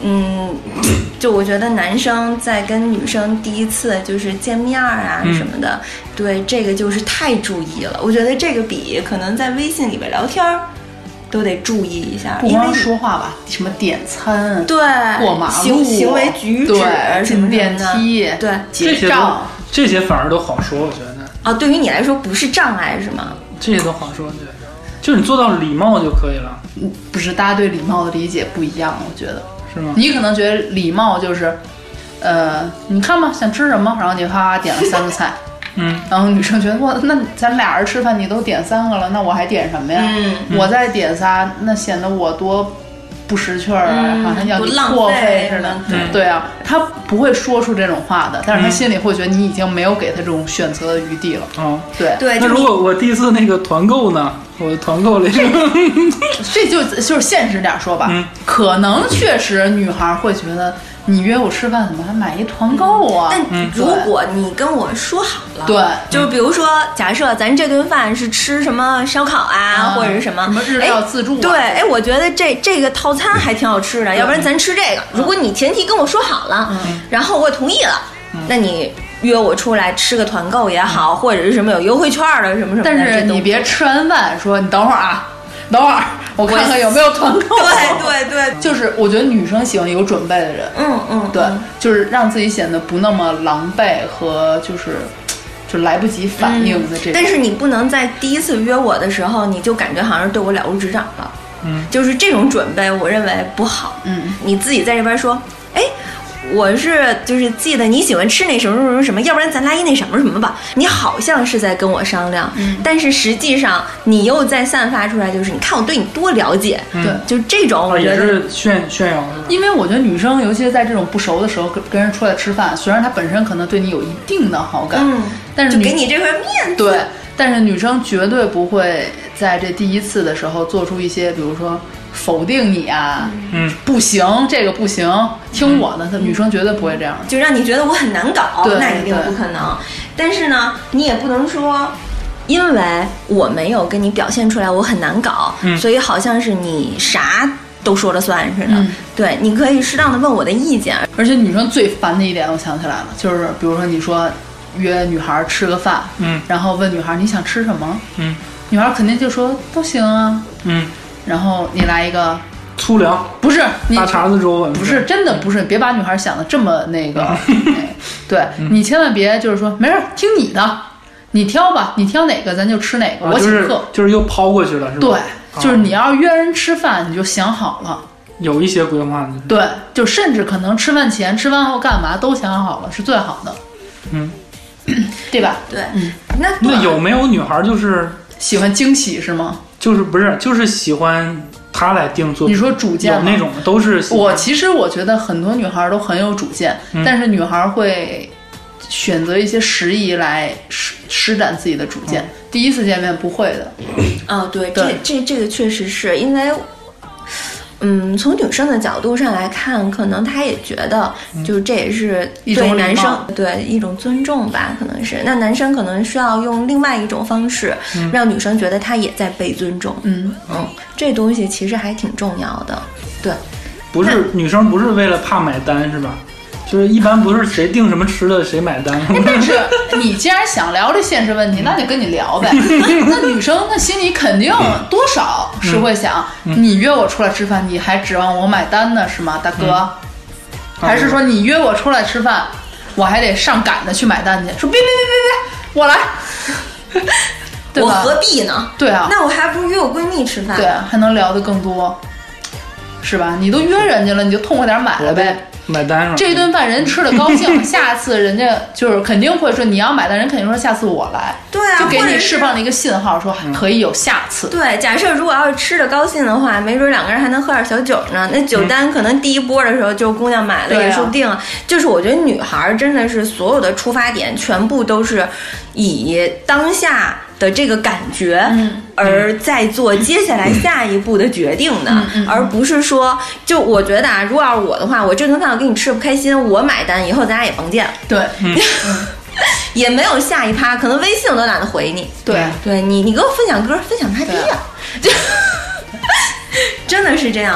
嗯，就我觉得男生在跟女生第一次就是见面啊什么的，嗯、对这个就是太注意了。我觉得这个比可能在微信里边聊天都得注意一下， 不光说话吧，什么点餐， 对， 过马路， 行行为举止， 对，进电梯， 对， 结账，这些反而都好说，我觉得。 啊，对于你来说不是障碍是吗？ 这些都好说，对，就你做到礼貌就可以了。 不是，大家对礼貌的理解不一样，我觉得是吗？ 你可能觉得礼貌就是，呃，你看吧，想吃什么，然后你啪啪点了三个菜。 嗯， 然后女生觉得哇，那咱俩人吃饭你都点三个了，那我还点什么呀？ 嗯， 我再点仨，那显得我多不识趣儿啊，好像要你破费似的。 对对啊，他不会说出这种话的，但是他心里会觉得你已经没有给他这种选择的余地了。 哦， 对对。 那如果我第一次那个团购呢？我团购了一个， 这就就是现实点说吧， 嗯， 可能确实女孩会觉得。你约我吃饭怎么还买一团购啊？ 但如果你跟我说好了， 对， 就是比如说，假设咱这顿饭是吃什么烧烤啊， 嗯、 或者是什么什么日料自助、啊， 对，哎，我觉得这这个套餐还挺好吃的，要不然咱吃这个。如果你前提跟我说好了， 嗯、 然后我同意了，嗯、那你约我出来吃个团购也好，嗯、或者是什么有优惠券的什么什么的。 但是你别吃完饭说你等会儿啊，等会儿。我看看有没有团购。 对对对， 就是我觉得女生喜欢有准备的人。 嗯嗯， 对，就是让自己显得不那么狼狈和就是就来不及反应的这种、嗯。 但是你不能在第一次约我的时候，你就感觉好像是对我了如指掌了。 嗯， 就是这种准备，我认为不好。 嗯， 你自己在这边说，哎。我是就是记得你喜欢吃那什么什么什么，要不然咱来一那什么什么吧。你好像是在跟我商量， 嗯、 但是实际上你又在散发出来，就是你看我对你多了解， 嗯、 对， 就这种我觉得、 啊、也是炫炫耀的。 因为我觉得女生，尤其是在这种不熟的时候跟跟人出来吃饭，虽然她本身可能对你有一定的好感， 嗯， 但是就给你这块面子， 对，但是女生绝对不会在这第一次的时候做出一些，比如说。否定你啊， 嗯， 不行，这个不行，听我的。她、嗯、女生绝对不会这样的， 就让你觉得我很难搞， 对那一定不可能。但是呢，你也不能说，因为我没有跟你表现出来我很难搞， 嗯、 所以好像是你啥都说了算似的。 嗯、 对，你可以适当的问我的意见。 而且女生最烦的一点，我想起来了，就是比如说你说约女孩吃个饭， 嗯， 然后问女孩你想吃什么， 嗯， 女孩肯定就说都行啊， 嗯。 然后你来一个粗粮， 不是你大碴子粥， 不是真的不是，别把女孩想的这么那个，对、嗯、你千万别就是说没事听你的，你挑吧，你挑哪个咱就吃哪个， 啊、 我请客、 就是，就是又抛过去了，是吧？ 对，就是你要约人吃饭，你就想好了， 有一些规划的， 对，就甚至可能吃饭前、吃饭后干嘛都想好了，是最好的， 嗯， 对吧？ 对， 嗯， 那那有没有女孩就是喜欢惊喜是吗？ 就是不是，就是喜欢他来定做。 你说主见有那种都是喜欢。 我其实我觉得很多女孩都很有主见， 嗯、 但是女孩会选择一些时宜来施施展自己的主见。嗯、第一次见面不会的。 哦，对， 对这这这个确实是因为。嗯，从女生的角度上来看，可能她也觉得，就是这也是对男生、嗯、对一种尊重吧，可能是。那男生可能需要用另外一种方式， 嗯、 让女生觉得他也在被尊重。 嗯嗯，这东西其实还挺重要的。对， 不是女生不是为了怕买单是吧？就是一般不是谁订什么吃的谁买单。 但是你既然想聊这现实问题，那就跟你聊呗。那女生那心里肯定多少是会想， 嗯、 你约我出来吃饭，你还指望我买单呢是吗，大哥？ 嗯、 还是说你约我出来吃饭，我还得上赶着去买单去？说别别别别别，我来。对吧？ 我何必呢？ 对啊， 那我还不如约我闺蜜吃饭。 对啊，还能聊得更多，是吧？你都约人家了，你就痛快点买了呗。 买单上这顿饭人吃的高兴，下次人家就是肯定会说你要买单，人肯定说下次我来。 对啊， 就给你释放了一个信号，说可以有下次。 对，假设如果要是吃的高兴的话，没准两个人还能喝点小酒呢。那酒单可能第一波的时候就姑娘买了，也说不定啊。就是我觉得女孩真的是所有的出发点全部都是以当下的这个感觉， 嗯， 而在做接下来下一步的决定的， 嗯嗯、 而不是说，就我觉得啊，如果要是我的话，我这顿饭我给你吃的不开心，我买单，以后咱俩也甭见了。 对， 嗯， 也没有下一趴，可能微信我都懒得回你。 对， 对你，你给我分享歌，分享他低呀，就真的是这样。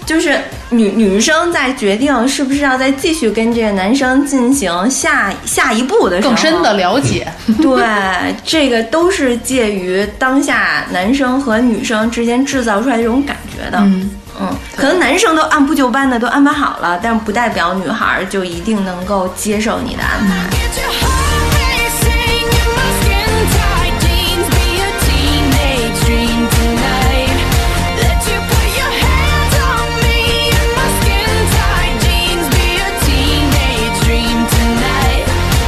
就是女女生在决定是不是要再继续跟这个男生进行下下一步的时候， 更深的了解。 对，这个都是介于当下男生和女生之间制造出来的这种感觉的。 嗯嗯，可能男生都按部就班的都安排好了，但不代表女孩就一定能够接受你的安排。 Get your heart racing in my skin-tight jeans. Be a teenage dream tonight. Let you put your hands on me in my skin-tight jeans. Be a teenage dream tonight.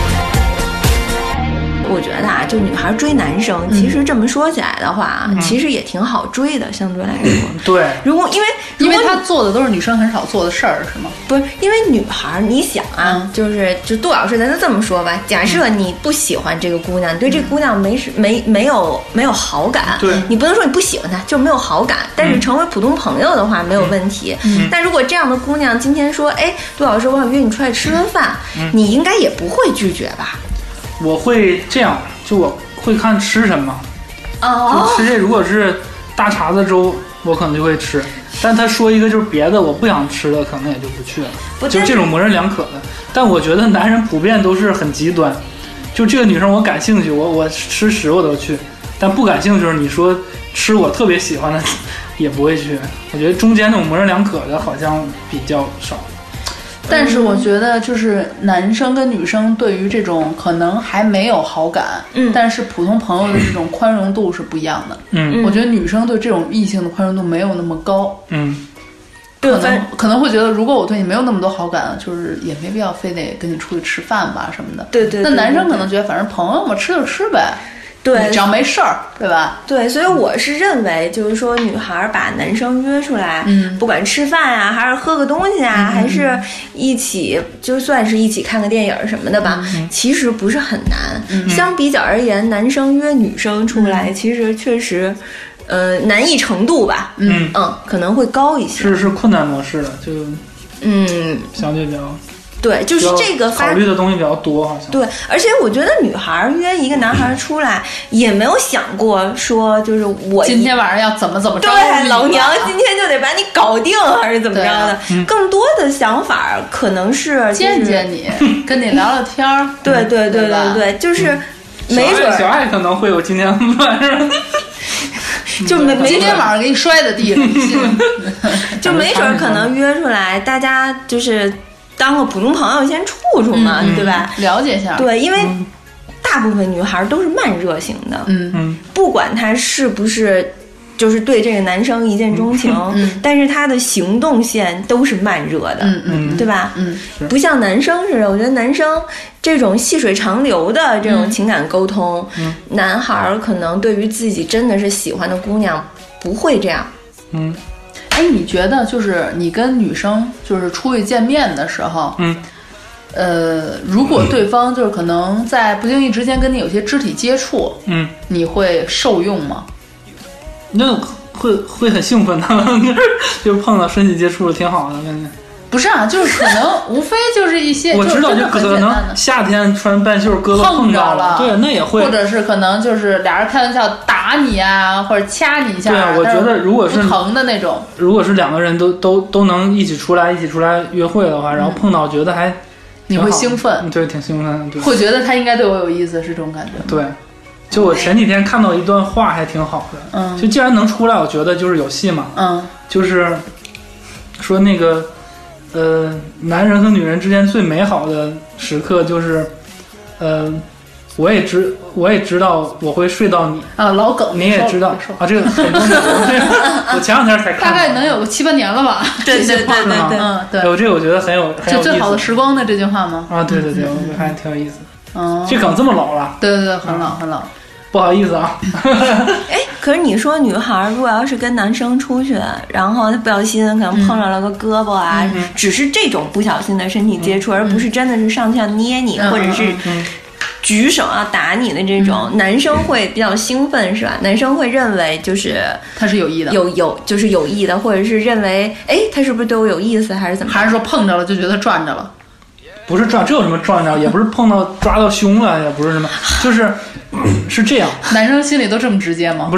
我觉得啊，就女孩追男生，其实这么说起来的话， 嗯其实也挺好追的，相对来说。 对， 如果因为因为如果他做的都是女生很少做的事儿，是吗？ 不是因为女孩儿，你想啊， 嗯就是就杜老师，咱就这么说吧。假设你不喜欢这个姑娘，你对这个姑娘没是没没有没有好感， 对你不能说你不喜欢她，就没有好感。但是成为普通朋友的话没有问题。 嗯但如果这样的姑娘今天说，哎，杜老师，我想约你出来吃顿饭， 嗯你应该也不会拒绝吧？ 我会这样，就我会看吃什么， 哦就吃这如果是大碴子粥，我可能就会吃。但他说一个就是别的我不想吃的，可能也就不去了。 不就这种模棱两可的。但我觉得男人普遍都是很极端，就这个女生我感兴趣，我我吃屎我都去，但不感兴趣，你说吃我特别喜欢的也不会去。我觉得中间那种模棱两可的好像比较少。 但是我觉得，就是男生跟女生对于这种可能还没有好感， 嗯但是普通朋友的这种宽容度是不一样的。 嗯我觉得女生对这种异性的宽容度没有那么高， 嗯， 可能对反可能会觉得，如果我对你没有那么多好感，就是也没必要非得跟你出去吃饭吧什么的。 对对对那男生对可能觉得，反正朋友嘛，吃就吃呗， 对只要没事儿，对吧？ 对，所以我是认为，就是说，女孩把男生约出来， 嗯不管吃饭啊，还是喝个东西啊，还是一起，就算是一起看个电影什么的吧，其实不是很难。相比较而言，男生约女生出来，其实确实，呃，难易程度吧， 嗯嗯，可能会高一些。 是是困难模式的，就嗯， 相对比较对，就是这个发考虑的东西比较多，好像。 对，而且我觉得女孩约一个男孩出来，也没有想过说，就是我一今天晚上要怎么怎么着？ 对，老娘今天就得把你搞定，还是怎么着的？更多的想法可能是、就是、 见见你，跟你聊聊天儿。 对对对对吧对对，就是没准儿小爱可能会有今天晚上， 就没没今天准儿晚上给你摔在地上，你信吗？ 就没准儿可能约出来，大家就是当个普通朋友先处处嘛， 嗯对吧？ 了解一下。 对，因为大部分女孩都是慢热型的， 嗯嗯不管她是不是就是对这个男生一见钟情， 嗯但是她的行动线都是慢热的， 嗯嗯对吧？ 嗯， 不像男生似的，我觉得男生这种细水长流的这种情感沟通，男孩儿可能对于自己真的是喜欢的姑娘不会这样。 嗯哎，你觉得就是你跟女生就是出去见面的时候， 嗯呃，如果对方就是可能在不经意之间跟你有些肢体接触， 嗯， 你会受用吗？ 那会会很兴奋的，就是碰到身体接触挺好的感觉。 不是啊，就是可能无非就是一些， 我知道， 就就可能夏天穿半袖胳膊碰到了， 对，那也会， 或者是可能就是俩人开玩笑打你啊，或者掐你一下。 对啊，我觉得如果是不疼的那种， 如果是两个人都都都能一起出来一起出来约会的话，然后碰到觉得还你会兴奋， 对，挺兴奋，对， 会觉得他应该对我有意思，是这种感觉。 对，就我前几天看到一段话还挺好的， 嗯， 就既然能出来，我觉得就是有戏嘛， 嗯， 就是说那个呃，男人和女人之间最美好的时刻就是，呃，我也知我也知道我会睡到你啊，老梗， 你也知道啊，这个很多年，我前两天才看， 大概能有个七八年了吧。 对对对对对， 嗯，对， 有这个我觉得很有很有意思。 最好的时光的这句话吗？ 啊，对对对，我觉得还挺有意思。 嗯， 这梗这么老了？ 对对对，很老很老。 不好意思啊。 哎，可是你说女孩如果要是跟男生出去，然后她不小心可能碰着了个胳膊啊， 嗯、 只是这种不小心的身体接触， 嗯、 而不是真的是上去要捏你， 嗯、 或者是举手要打你的这种， 嗯、 男生会比较兴奋，是吧？男生会认为就是他是有意的， 有有就是有意的，或者是认为哎，他是不是对我有意思，还是怎么？ 还是说碰着了就觉得转着了？ 不是转，这有什么转着？也不是碰到抓到胸了，也不是什么，就是是这样。 男生心里都这么直接吗？ 不是，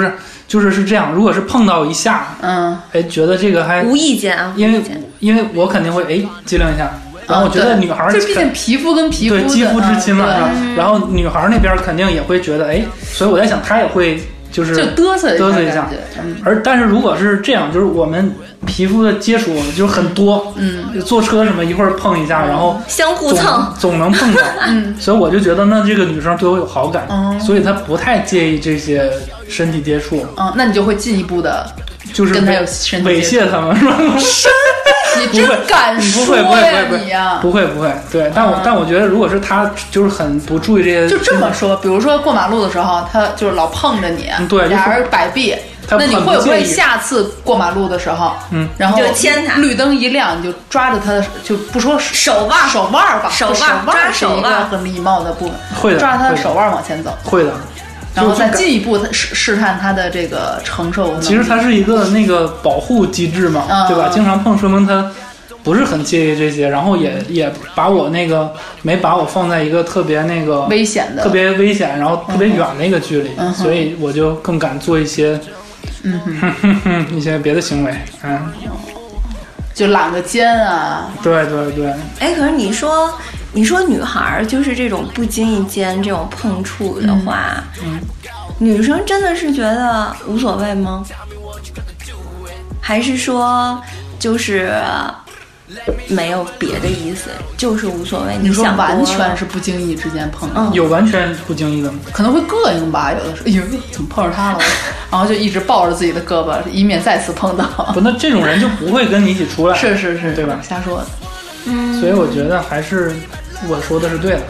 就是是这样，如果是碰到一下， 嗯， 哎，觉得这个还无意间啊， 因为无意间因为我肯定会哎机灵一下，然后我觉得女孩儿就毕竟皮肤跟皮肤的对肌肤之亲嘛， 嗯是吧？然后女孩儿那边肯定也会觉得哎，所以我在想，她也会就是就嘚瑟嘚瑟一下感觉，嗯而但是如果是这样，就是我们皮肤的接触就是很多， 嗯， 坐车什么一会儿碰一下，然后相互总蹭， 总能碰到， 嗯， 所以我就觉得那这个女生对我有好感， 哦所以她不太介意这些身体接触， 嗯，那你就会进一步的就是跟她有猥身体猥接触亵他们是吧？ 你真敢不说会不会呀不会你呀！ 不会不会，对，但我、 嗯但我觉得如果是她就是很不注意这些， 就这么说，比如说过马路的时候，他就是老碰着你， 嗯对就是俩人摆臂， 他那你会不会很不介意下次过马路的时候， 嗯， 然后你就牵他绿灯一亮，你就抓着他的手，就不说手腕手腕吧， 手腕手抓是一个手腕很礼貌的部分， 会的会的抓着他的手腕往前走， 会的， 然后再就就进一步试试探他的这个承受能力。 其实它是一个那个保护机制嘛， 嗯对吧？经常碰说明他不是很介意这些，然后也也把我那个没把我放在一个特别那个危险的， 特别危险，然后特别远的一个距离， 嗯哼所以我就更敢做一些嗯哼， 哼哼一些别的行为，嗯， 就揽个肩啊， 对对对， 哎，可是你说，你说女孩儿就是这种不经意间这种碰触的话， 嗯女生真的是觉得无所谓吗？还是说就是没有别的意思，就是无所谓？ 你说想多了完全是不经意之间碰到， 嗯有完全不经意的吗？ 可能会膈应吧，有的时候，哎呦，怎么碰上他了？然后就一直抱着自己的胳膊，以免再次碰到。 不，那这种人就不会跟你一起出来， 是是是， 对吧瞎说的。 所以我觉得还是我说的是对的。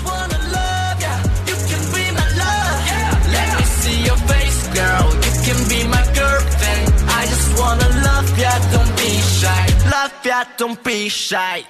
See your face, girl. You can be my girlfriend. I just wanna love ya, don't be shy. Love ya, don't be shy.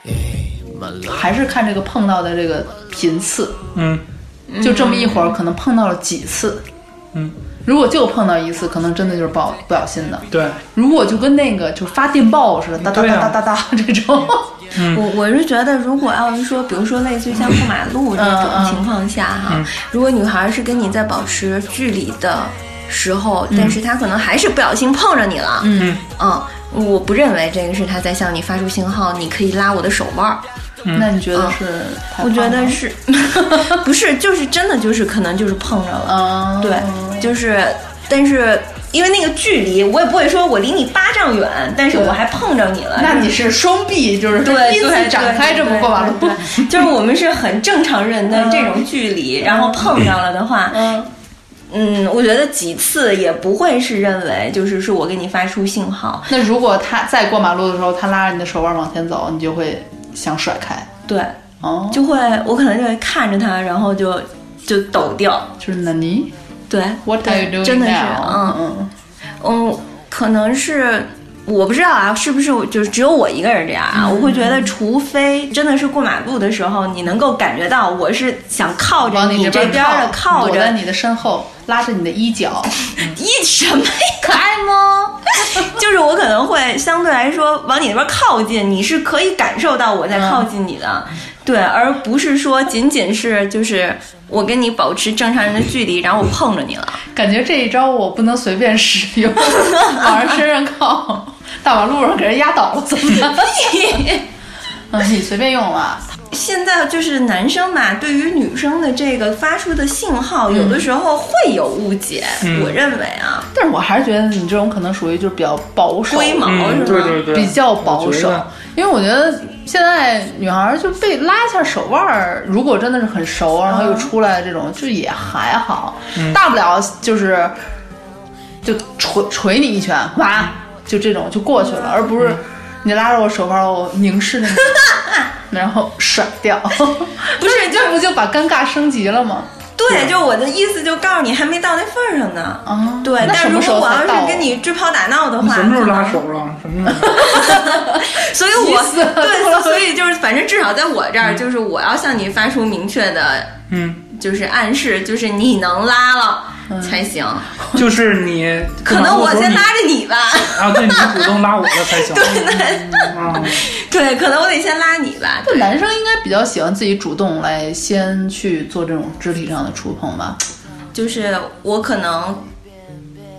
My love. 还是看这个碰到的这个频次， 嗯就这么一会儿，可能碰到了几次。 嗯， 如果就碰到一次，可能真的就是不好不小心的。 对， 如果就跟那个就发电报似的，哒哒对啊哒哒哒哒这种， 我我是觉得，如果要是说，比如说类似于像过马路这种嗯嗯情况下哈， 嗯如果女孩是跟你在保持距离的时候，但是她可能还是不小心碰着你了， 嗯嗯，我不认为这个是她在向你发出信号，你可以拉我的手腕儿。 那你觉得是太胖了？ 我觉得是，不是，就是真的就是可能就是碰着了， 嗯， 对，就是，但是因为那个距离，我也不会说我离你八丈远，但是我还碰着你了， 那你是双臂，就是对第一次展开这么过马路， 对，对对就是我们是很正常人的这种距离，然后碰上了的话， 嗯， 嗯，我觉得几次也不会是认为就是是我给你发出信号， 那如果他在过马路的时候，他拉着你的手腕往前走，你就会想甩开， 对， 哦， 就会我可能就会看着他，然后就就抖掉， 就是那你对 What are you doing 真的是 now？ 嗯嗯嗯，可能是我不知道啊，是不是就是只有我一个人这样啊？我会觉得，除非真的是过马路的时候，你能够感觉到我是想靠着往你这边边的靠着躲在你的身后，拉着你的衣角， 一什么呀？ 可爱吗？ 就是我可能会相对来说往你那边靠近，你是可以感受到我在靠近你的，对，而不是说仅仅是就是我跟你保持正常人的距离，然后我碰着你了。 感觉这一招我不能随便使用，往人身上靠，大马路上给人压倒了怎么办？嗯，你随便用吧。 现在就是男生嘛，对于女生的这个发出的信号，有的时候会有误解。 嗯我认为啊， 但是我还是觉得你这种可能属于就是比较保守， 龟毛嗯， 是吗？ 对对对， 比较保守我觉得， 因为我觉得现在女孩就被拉一下手腕儿，如果真的是很熟，然后又出来这种，就也还好， 嗯大大不了就是就捶捶你一拳，哇，就这种就过去了，而不是你拉着我手腕，我凝视着你，然后甩掉，不是这不就把尴尬升级了吗？ 对，就我的意思就告诉你，还没到那份儿上呢。 啊， 对，但如那什么时果我要候才到啊是跟你追跑打闹的话， 你什么时候拉可能手了？什么时候？ 所以我急死了对，所以就是反正至少在我这儿，就是我要向你发出明确的， 嗯， 就是暗示，就是你能拉了才行。 就是你可能我先拉着你吧， 啊，对你主动拉我了才行。啊， 对，可能我得先拉你吧。 就男生应该比较喜欢自己主动来先去做这种肢体上的触碰吧。 就是我可能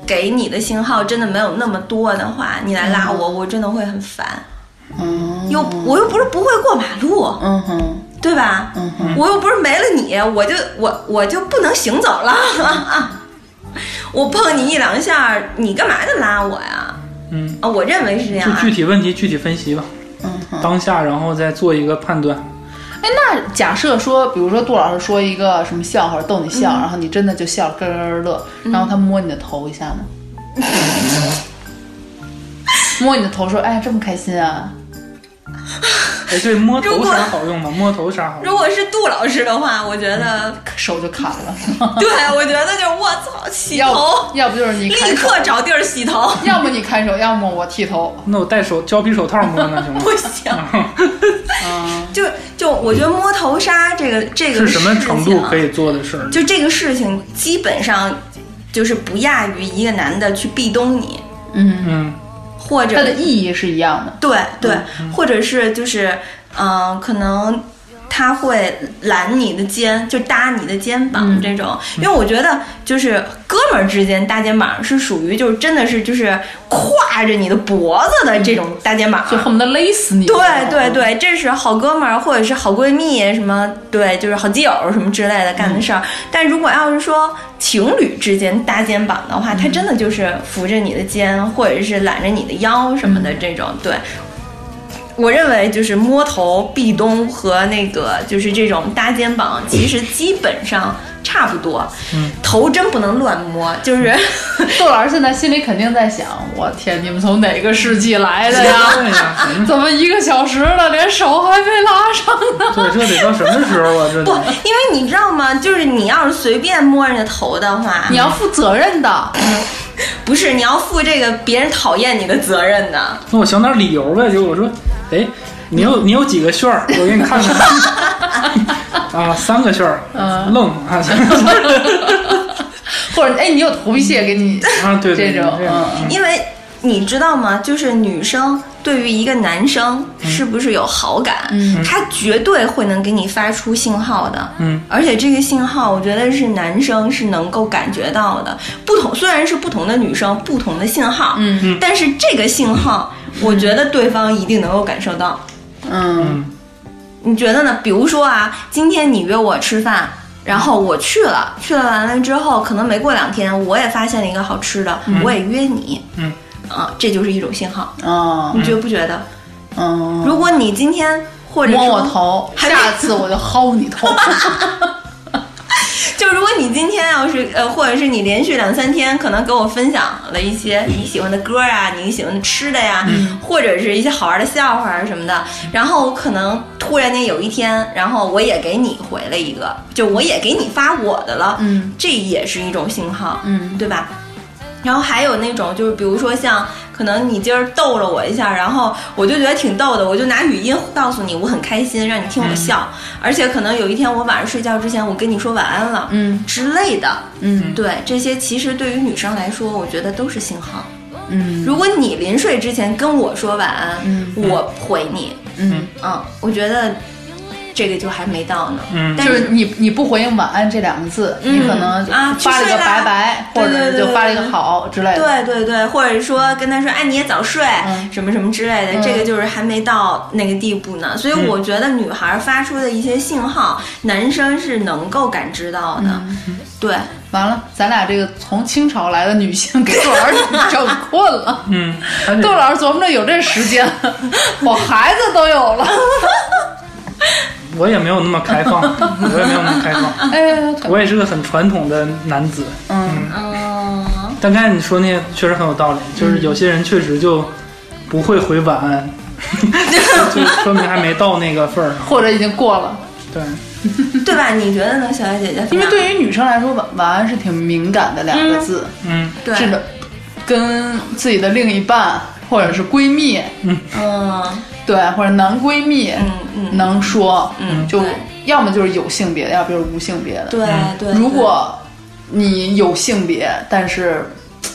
给你的信号真的没有那么多的话，你来拉我，我真的会很烦。 嗯， 又我又不是不会过马路， 嗯哼， 对吧？ 嗯哼， 我又不是没了你，我就我我就不能行走了。我碰你一两下，你干嘛就拉我呀？ 嗯啊，我认为是这样。 就具体问题具体分析吧， 嗯哼， 当下然后再做一个判断。 哎，那假设说，比如说杜老师说一个什么笑话逗你笑，嗯、然后你真的就笑咯咯乐，然后他摸你的头一下呢？摸你的头说：“哎，这么开心啊！” 哎，对，摸头啥好用吗？摸头啥好用？ 如果是杜老师的话，我觉得、 嗯、手就砍了。 对，我觉得就是我操，洗要头， 要不就是你立刻找地儿洗头， 要么你看手，要么我剃头。 那我戴手胶皮手套摸呢，行吗？ 不行。嗯，就就我觉得摸头杀这个这个是什么程度可以做的事儿？ 就这个事情基本上就是不亚于一个男的去壁咚你。 嗯嗯。 或者它的意义是一样的， 对对、 嗯， 或者是就是，嗯、呃，可能他会揽你的肩，就搭你的肩膀这种、嗯，因为我觉得就是哥们儿之间搭肩膀是属于就是真的是就是挎着你的脖子的这种搭肩膀， 就恨不得勒死你。 对对对，这是好哥们儿或者是好闺蜜什么，对，就是好基友什么之类的干的事儿、嗯。但如果要是说情侣之间搭肩膀的话，他真的就是扶着你的肩，或者是揽着你的腰什么的这种。对，我认为就是摸头、壁咚和那个就是这种搭肩膀，其实基本上差不多。嗯，头真不能乱摸。就是窦老师现在心里肯定在想：我天，你们从哪个世纪来的呀？ 对呀， 怎么一个小时了，连手还没拉上呢？ 对，这得到什么时候啊？这不，因为你知道吗？就是你要是随便摸人家头的话， 你要负责任的。 不是，你要负这个别人讨厌你的责任的。 那我想点理由呗，就我说，哎，你有你有几个旋儿？我给你看看。啊，三个旋儿，嗯，愣啊。 或者哎，你有头皮屑给你啊？对对这种，嗯， 因为你知道吗？就是女生对于一个男生是不是有好感，嗯，他绝对会能给你发出信号的，嗯，而且这个信号，我觉得是男生是能够感觉到的。不同虽然是不同的女生，不同的信号，嗯，但是这个信号，我觉得对方一定能够感受到，嗯，你觉得呢？比如说啊，今天你约我吃饭。然后我去了，去了完了之后，可能没过两天，我也发现了一个好吃的，嗯、我也约你，嗯，啊，这就是一种信号， 哦， 你觉不觉得？ 嗯， 如果你今天或者摸我头，下次我就薅你头。 就如果你今天要是呃，或者是你连续两三天，可能给我分享了一些你喜欢的歌啊，你喜欢的吃的呀，嗯、或者是一些好玩的笑话啊什么的，然后可能突然间有一天，然后我也给你回了一个，就我也给你发我的了，嗯，这也是一种信号，嗯，对吧？然后还有那种就是比如说像可能你今儿逗了我一下，然后我就觉得挺逗的，我就拿语音告诉你我很开心，让你听我笑，嗯、而且可能有一天我晚上睡觉之前我跟你说晚安了，嗯之类的，嗯，对，这些其实对于女生来说，我觉得都是信号。嗯，如果你临睡之前跟我说晚安，嗯，我回你，嗯嗯，我觉得这个就还没到呢。嗯，但是你你不回应晚安这两个字，嗯、你可能就发了一个拜拜，或者就发了一个好之类的。 对对对，或者说跟他说，哎，你也早睡，嗯、什么什么之类的，嗯、这个就是还没到那个地步呢。所以我觉得女孩发出的一些信号，嗯、男生是能够感知到的。嗯、对。 完了，咱俩这个从清朝来的女性给窦老师整困了。嗯，窦老师琢磨着有这时间，我孩子都有了。 我也没有那么开放，我也没有那么开放。哎，我也是个很传统的男子。嗯嗯。但刚才你说那些确实很有道理，就是有些人确实就不会回晚安，就说明还没到那个份儿， 或者已经过了。 对。 对吧？你觉得呢，小艾姐姐？ 因为对于女生来说，晚晚安是挺敏感的两个字。嗯，对，是的，跟自己的另一半或者是闺蜜，嗯嗯，对，或者男闺蜜，嗯嗯，能说，嗯，就要么就是有性别的，要不就是无性别的。 对对。 如果你有性别，但是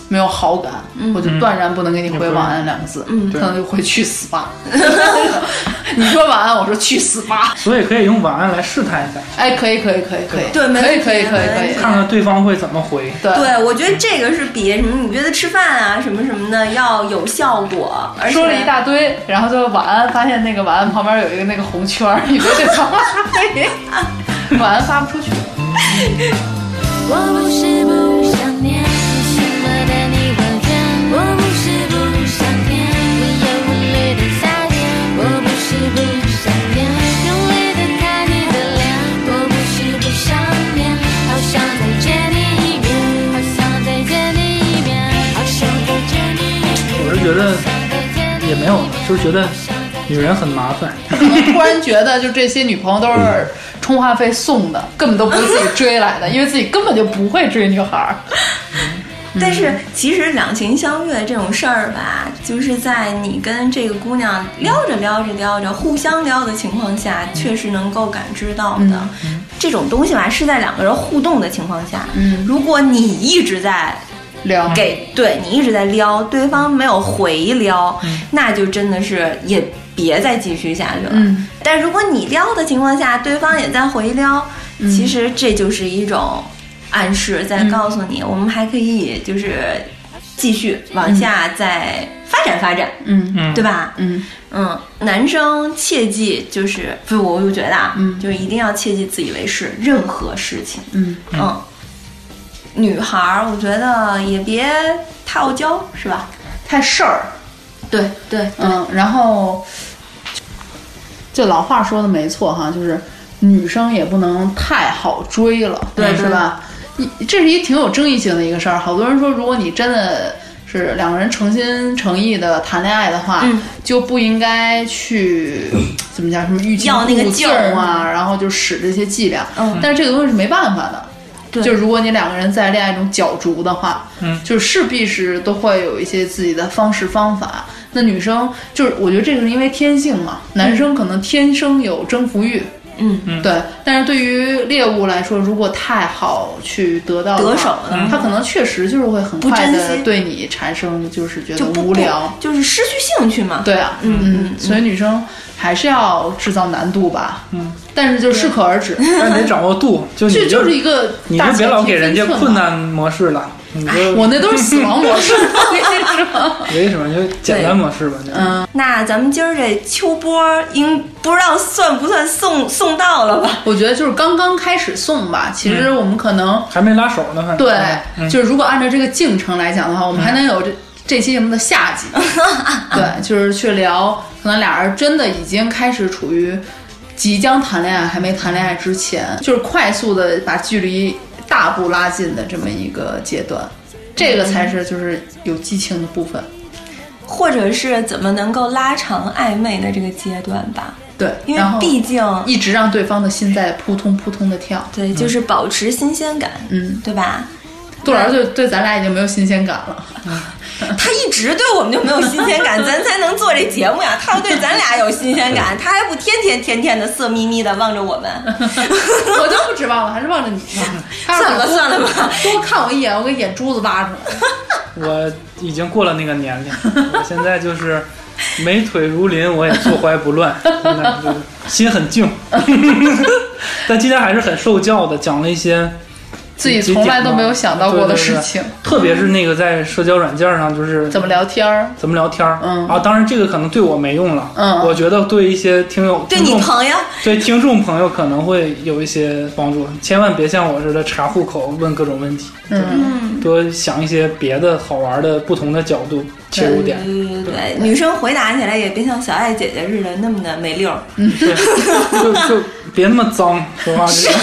没有好感， 嗯、 我就断然不能给你回晚安两个字， 嗯， 可能就会去死吧。你说晚安，我说去死吧。 所以可以用晚安来试探一下。 哎，可以，可以，可以，可以， 对， 可以，可以，可以，可以， 看看对方会怎么回。 对， 对，我觉得这个是比什么你约他吃饭啊什么什么的要有效果。而且说了一大堆，然后就晚安，发现那个晚安旁边有一个那个红圈，以为对方晚安发不出去。 我不是不想念，什么的你完全。我不是不想念，没有温柔的夏天。我不是不想念，用力的看你的脸。我不是不想念，好想再见你一面，好想再见你一面，好想再见你一面。 我是觉得也没有，就是觉得女人很麻烦。 可能突然觉得，就这些女朋友都是充话费送的，根本都不是自己追来的，因为自己根本就不会追女孩。 但是其实两情相悦这种事儿吧，就是在你跟这个姑娘撩着撩着撩着，互相撩的情况下，确实能够感知到的。 嗯、 这种东西吧，是在两个人互动的情况下。 嗯， 如果你一直在撩， 给对你一直在撩，对方没有回撩， 嗯、 那就真的是也别再继续下去了。 嗯， 但如果你撩的情况下，对方也在回撩，嗯、其实这就是一种暗示，在告诉你，嗯、我们还可以就是继续往下再发展发展， 嗯嗯，对吧？ 嗯嗯，男生切记就是不，我就觉得啊， 嗯， 就是一定要切记自以为是，任何事情， 嗯嗯，女孩儿我觉得也别太傲娇，是吧？ 太事儿， 对对， 嗯，然后就老话说的没错哈，就是女生也不能太好追了， 对， 是吧？这是一挺有争议性的一个事儿，好多人说，如果你真的是两个人诚心诚意的谈恋爱的话， 嗯、 就不应该去怎么讲什么欲擒故纵啊，然后就使这些伎俩。 嗯， 但是这个东西是没办法的。 对， 就如果你两个人在恋爱中角逐的话， 嗯， 就势必是都会有一些自己的方式方法。那女生就是我觉得这个是因为天性嘛，男生可能天生有征服欲。 嗯嗯，对，但是对于猎物来说，如果太好去得到得手了， 他可能确实就是会很快的对你产生就是觉得无聊， 就, 就是失去兴趣嘛。 对啊， 嗯 嗯, 嗯，所以女生还是要制造难度吧， 嗯， 但是就适可而止， 但得掌握度，就你就就是一个你就别老给人家困难模式了。你就我那都是死亡模式，我跟你说。 为什么就简单模式吧？ 嗯， 那咱们今儿这秋波应不知道算不算送送到了吧？ 我觉得就是刚刚开始送吧。其实我们可能、 嗯、还没拉手呢，反正对、 嗯， 就是如果按照这个进程来讲的话，我们还能有这、嗯、这期节目的下集。对，就是去聊，可能俩人真的已经开始处于即将谈恋爱还没谈恋爱之前，就是快速的把距离大步拉近的这么一个阶段，这个才是就是有激情的部分， 或者是怎么能够拉长暧昧的这个阶段吧。 对， 因为毕竟一直让对方的心在扑通扑通的跳。 对，就是保持新鲜感， 嗯， 对吧？ 杜老师对对咱俩已经没有新鲜感了。 他一直对我们就没有新鲜感，咱才能做这节目呀。他要对咱俩有新鲜感，他还不天天天天的色眯眯的望着我们。 我就不指望了，还是望着你。 算了吧，算了吧， 多看我一眼，我给眼珠子挖出来。我已经过了那个年龄，我现在就是美腿如林，我也坐怀不乱，就是心很静。但今天还是很受教的，讲了一些自己从来都没有想到过的事情， 对对对，特别是那个在社交软件上，就是怎么聊天怎么聊天嗯啊，当然这个可能对我没用了， 嗯， 我觉得对一些听友对你朋友对听众朋友可能会有一些帮助，千万别像我似的查户口问各种问题， 嗯， 多想一些别的好玩的不同的角度切入点， 对对对 对, 对，女生回答起来也别像小爱姐姐似的那么的没溜儿， 嗯，对，就就别那么脏，说话就。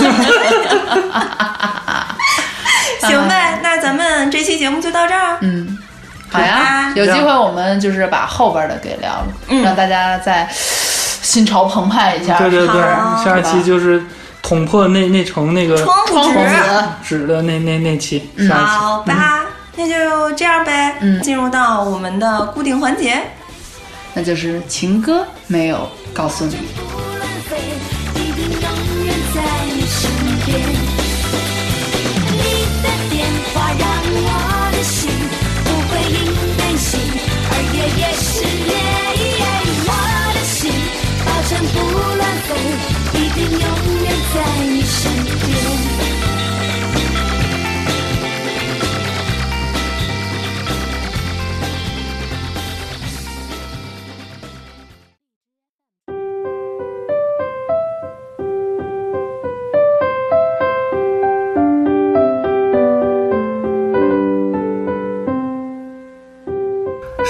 行呗，那咱们这期节目就到这儿。 嗯，好呀，有机会我们就是把后边的给聊了， 嗯、 让大家再心潮澎湃一下。 对对对，下一期就是捅破那那层那个窗户纸纸的那那那期。 嗯、 下一期好吧、嗯，那就这样呗。 嗯， 进入到我们的固定环节， 那就是情歌没有告诉你。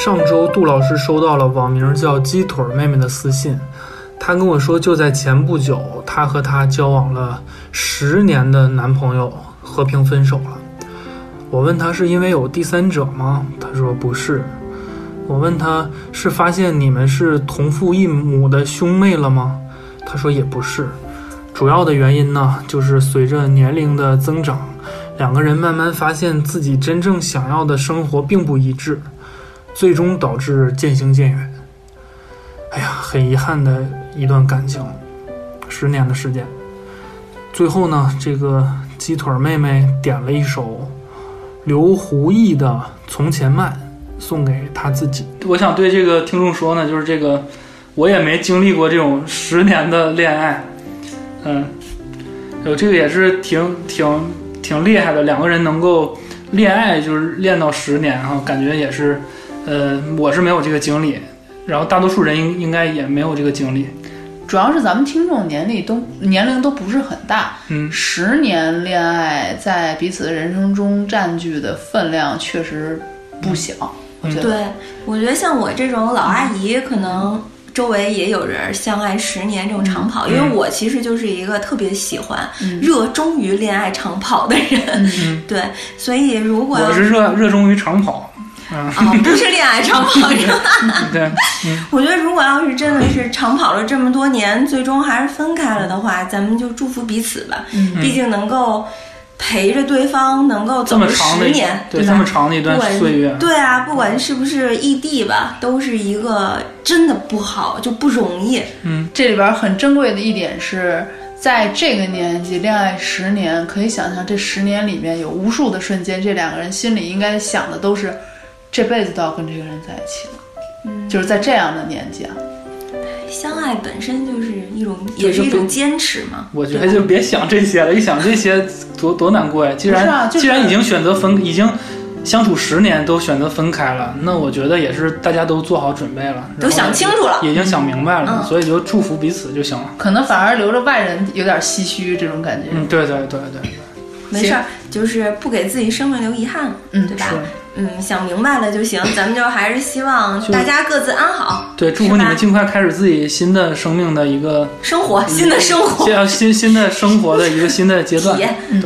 上周杜老师收到了网名叫鸡腿妹妹的私信，她跟我说就在前不久，她和她交往了十年的男朋友和平分手了。我问她是因为有第三者吗？她说不是。我问她是发现你们是同父异母的兄妹了吗？她说也不是。主要的原因呢，就是随着年龄的增长，两个人慢慢发现自己真正想要的生活并不一致，最终导致渐行渐远。哎呀，很遗憾的一段感情，十年的时间。最后呢，这个鸡腿妹妹点了一首刘胡毅的《从前慢》，送给她自己。我想对这个听众说呢，就是这个我也没经历过这种十年的恋爱，嗯，有这个也是挺挺挺厉害的，两个人能够恋爱就是恋到十年啊，感觉也是，呃，我是没有这个经历，然后大多数人应应该也没有这个经历。 主要是咱们听众年龄都年龄都不是很大， 嗯， 十年恋爱在彼此的人生中占据的分量确实不小。 嗯、 我觉得， 对，我觉得像我这种老阿姨，可能周围也有人相爱十年这种长跑， 嗯、 因为我其实就是一个特别喜欢、 嗯、 热衷于恋爱长跑的人， 嗯、 对，所以如果我是热热衷于长跑。啊、 哦，不是恋爱长跑是吧？ 对、嗯， 我觉得如果要是真的是长跑了这么多年，最终还是分开了的话，咱们就祝福彼此吧。 嗯， 毕竟能够陪着对方，能够走十年， 对这么长的一段岁月， 对啊，不管是不是异地吧，都是一个真的不好，就不容易。 嗯，这里边很珍贵的一点是。在这个年纪恋爱十年，可以想象这十年里面有无数的瞬间，这两个人心里应该想的都是这辈子都要跟这个人在一起了，嗯，就是在这样的年纪啊。 相爱本身就是一种，也是一种坚持嘛。 我觉得就别想这些了，一想这些多多难过呀。既然、 啊就是、 既然已经选择分，已经相处十年都选择分开了，那我觉得也是大家都做好准备了， 都想清楚了， 已经想明白了， 嗯、 所以就祝福彼此就行了。 可能反而留着外人有点唏嘘这种感觉。 嗯，对对对对对， 没事儿，就是不给自己生命留遗憾， 嗯， 对吧？嗯，想明白了就行。咱们就还是希望大家各自安好。 对，祝福你们尽快开始自己新的生命的一个生活，新的生活， 要新新的生活的一个新的阶段。 体验， 对。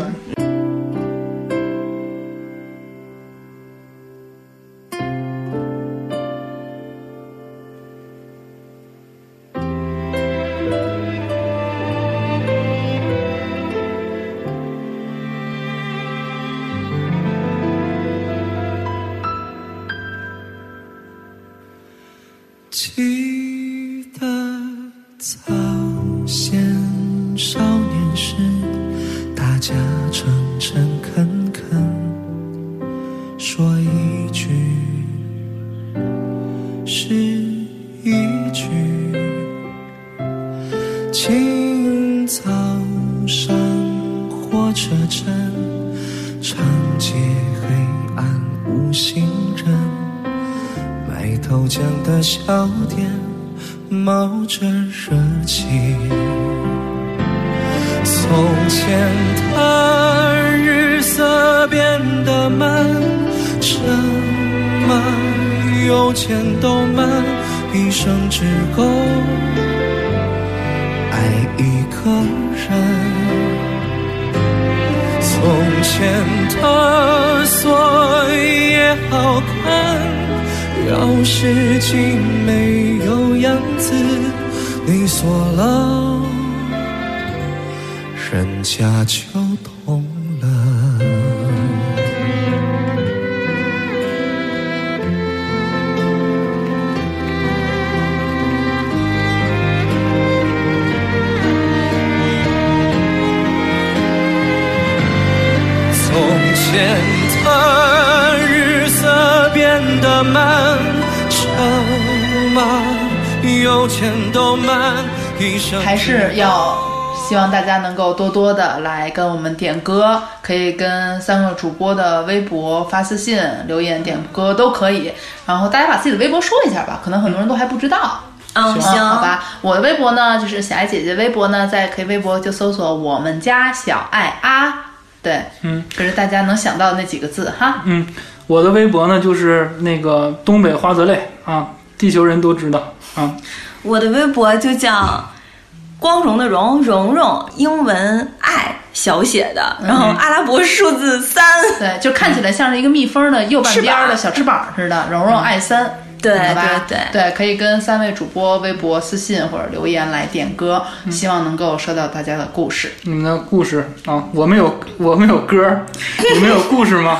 记得早先少年时，大家诚诚恳恳，说一句是一句。清早上火车站，长街黑暗无行人，卖豆浆的小店冒着热气。从前的日色变得慢，车马邮件都慢，一生只够爱一个人。从前的锁也好看，钥匙竟没有样子，你锁了，人家就懂了。从前的日色变得慢，车马邮件都慢，一生还是要希望大家能够多多的来跟我们点歌，可以跟三个主播的微博发私信留言点歌都可以，然后大家把自己的微博说一下吧，可能很多人都还不知道。 嗯，行， 好吧。我的微博呢，就是小爱姐姐微博呢，在可以微博就搜索我们家小爱啊，对， 嗯， 这是大家能想到的那几个字哈。 嗯， 我的微博呢就是那个东北花泽类啊，地球人都知道啊。 我的微博就叫光荣的荣，蓉蓉，英文爱小写的，然后阿拉伯数字三， 对，就看起来像是一个蜜蜂的右半边的小翅膀似的，蓉蓉爱三。 对好吧对对对，可以跟三位主播微博私信或者留言来点歌， 嗯、 希望能够收到大家的故事。 你们的故事啊，我们有我们有歌，你们有故事吗？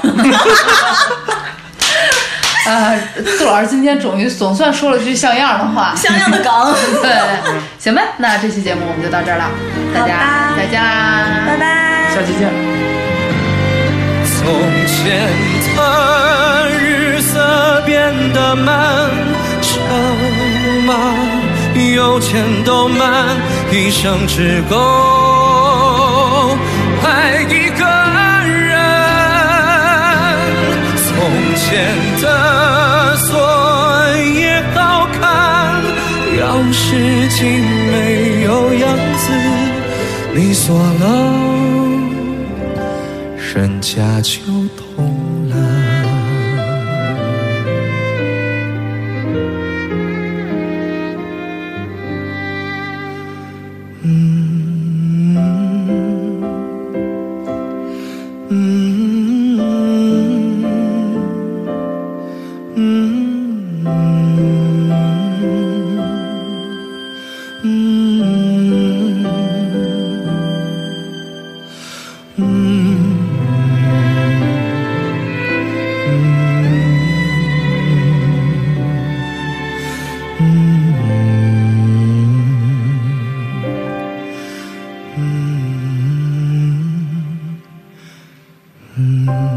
啊，杜老师今天终于总算说了句像样的话， 像样的梗。 对，行呗，那这期节目我们就到这儿了，大家再见啦， 拜拜， 下期见。 从前的日色变得漫长吗？有钱都慢，一生只够爱一个人。从前的锁也好看，要是竟没有样子，你锁了，人家就懂了。嗯嗯嗯嗯嗯嗯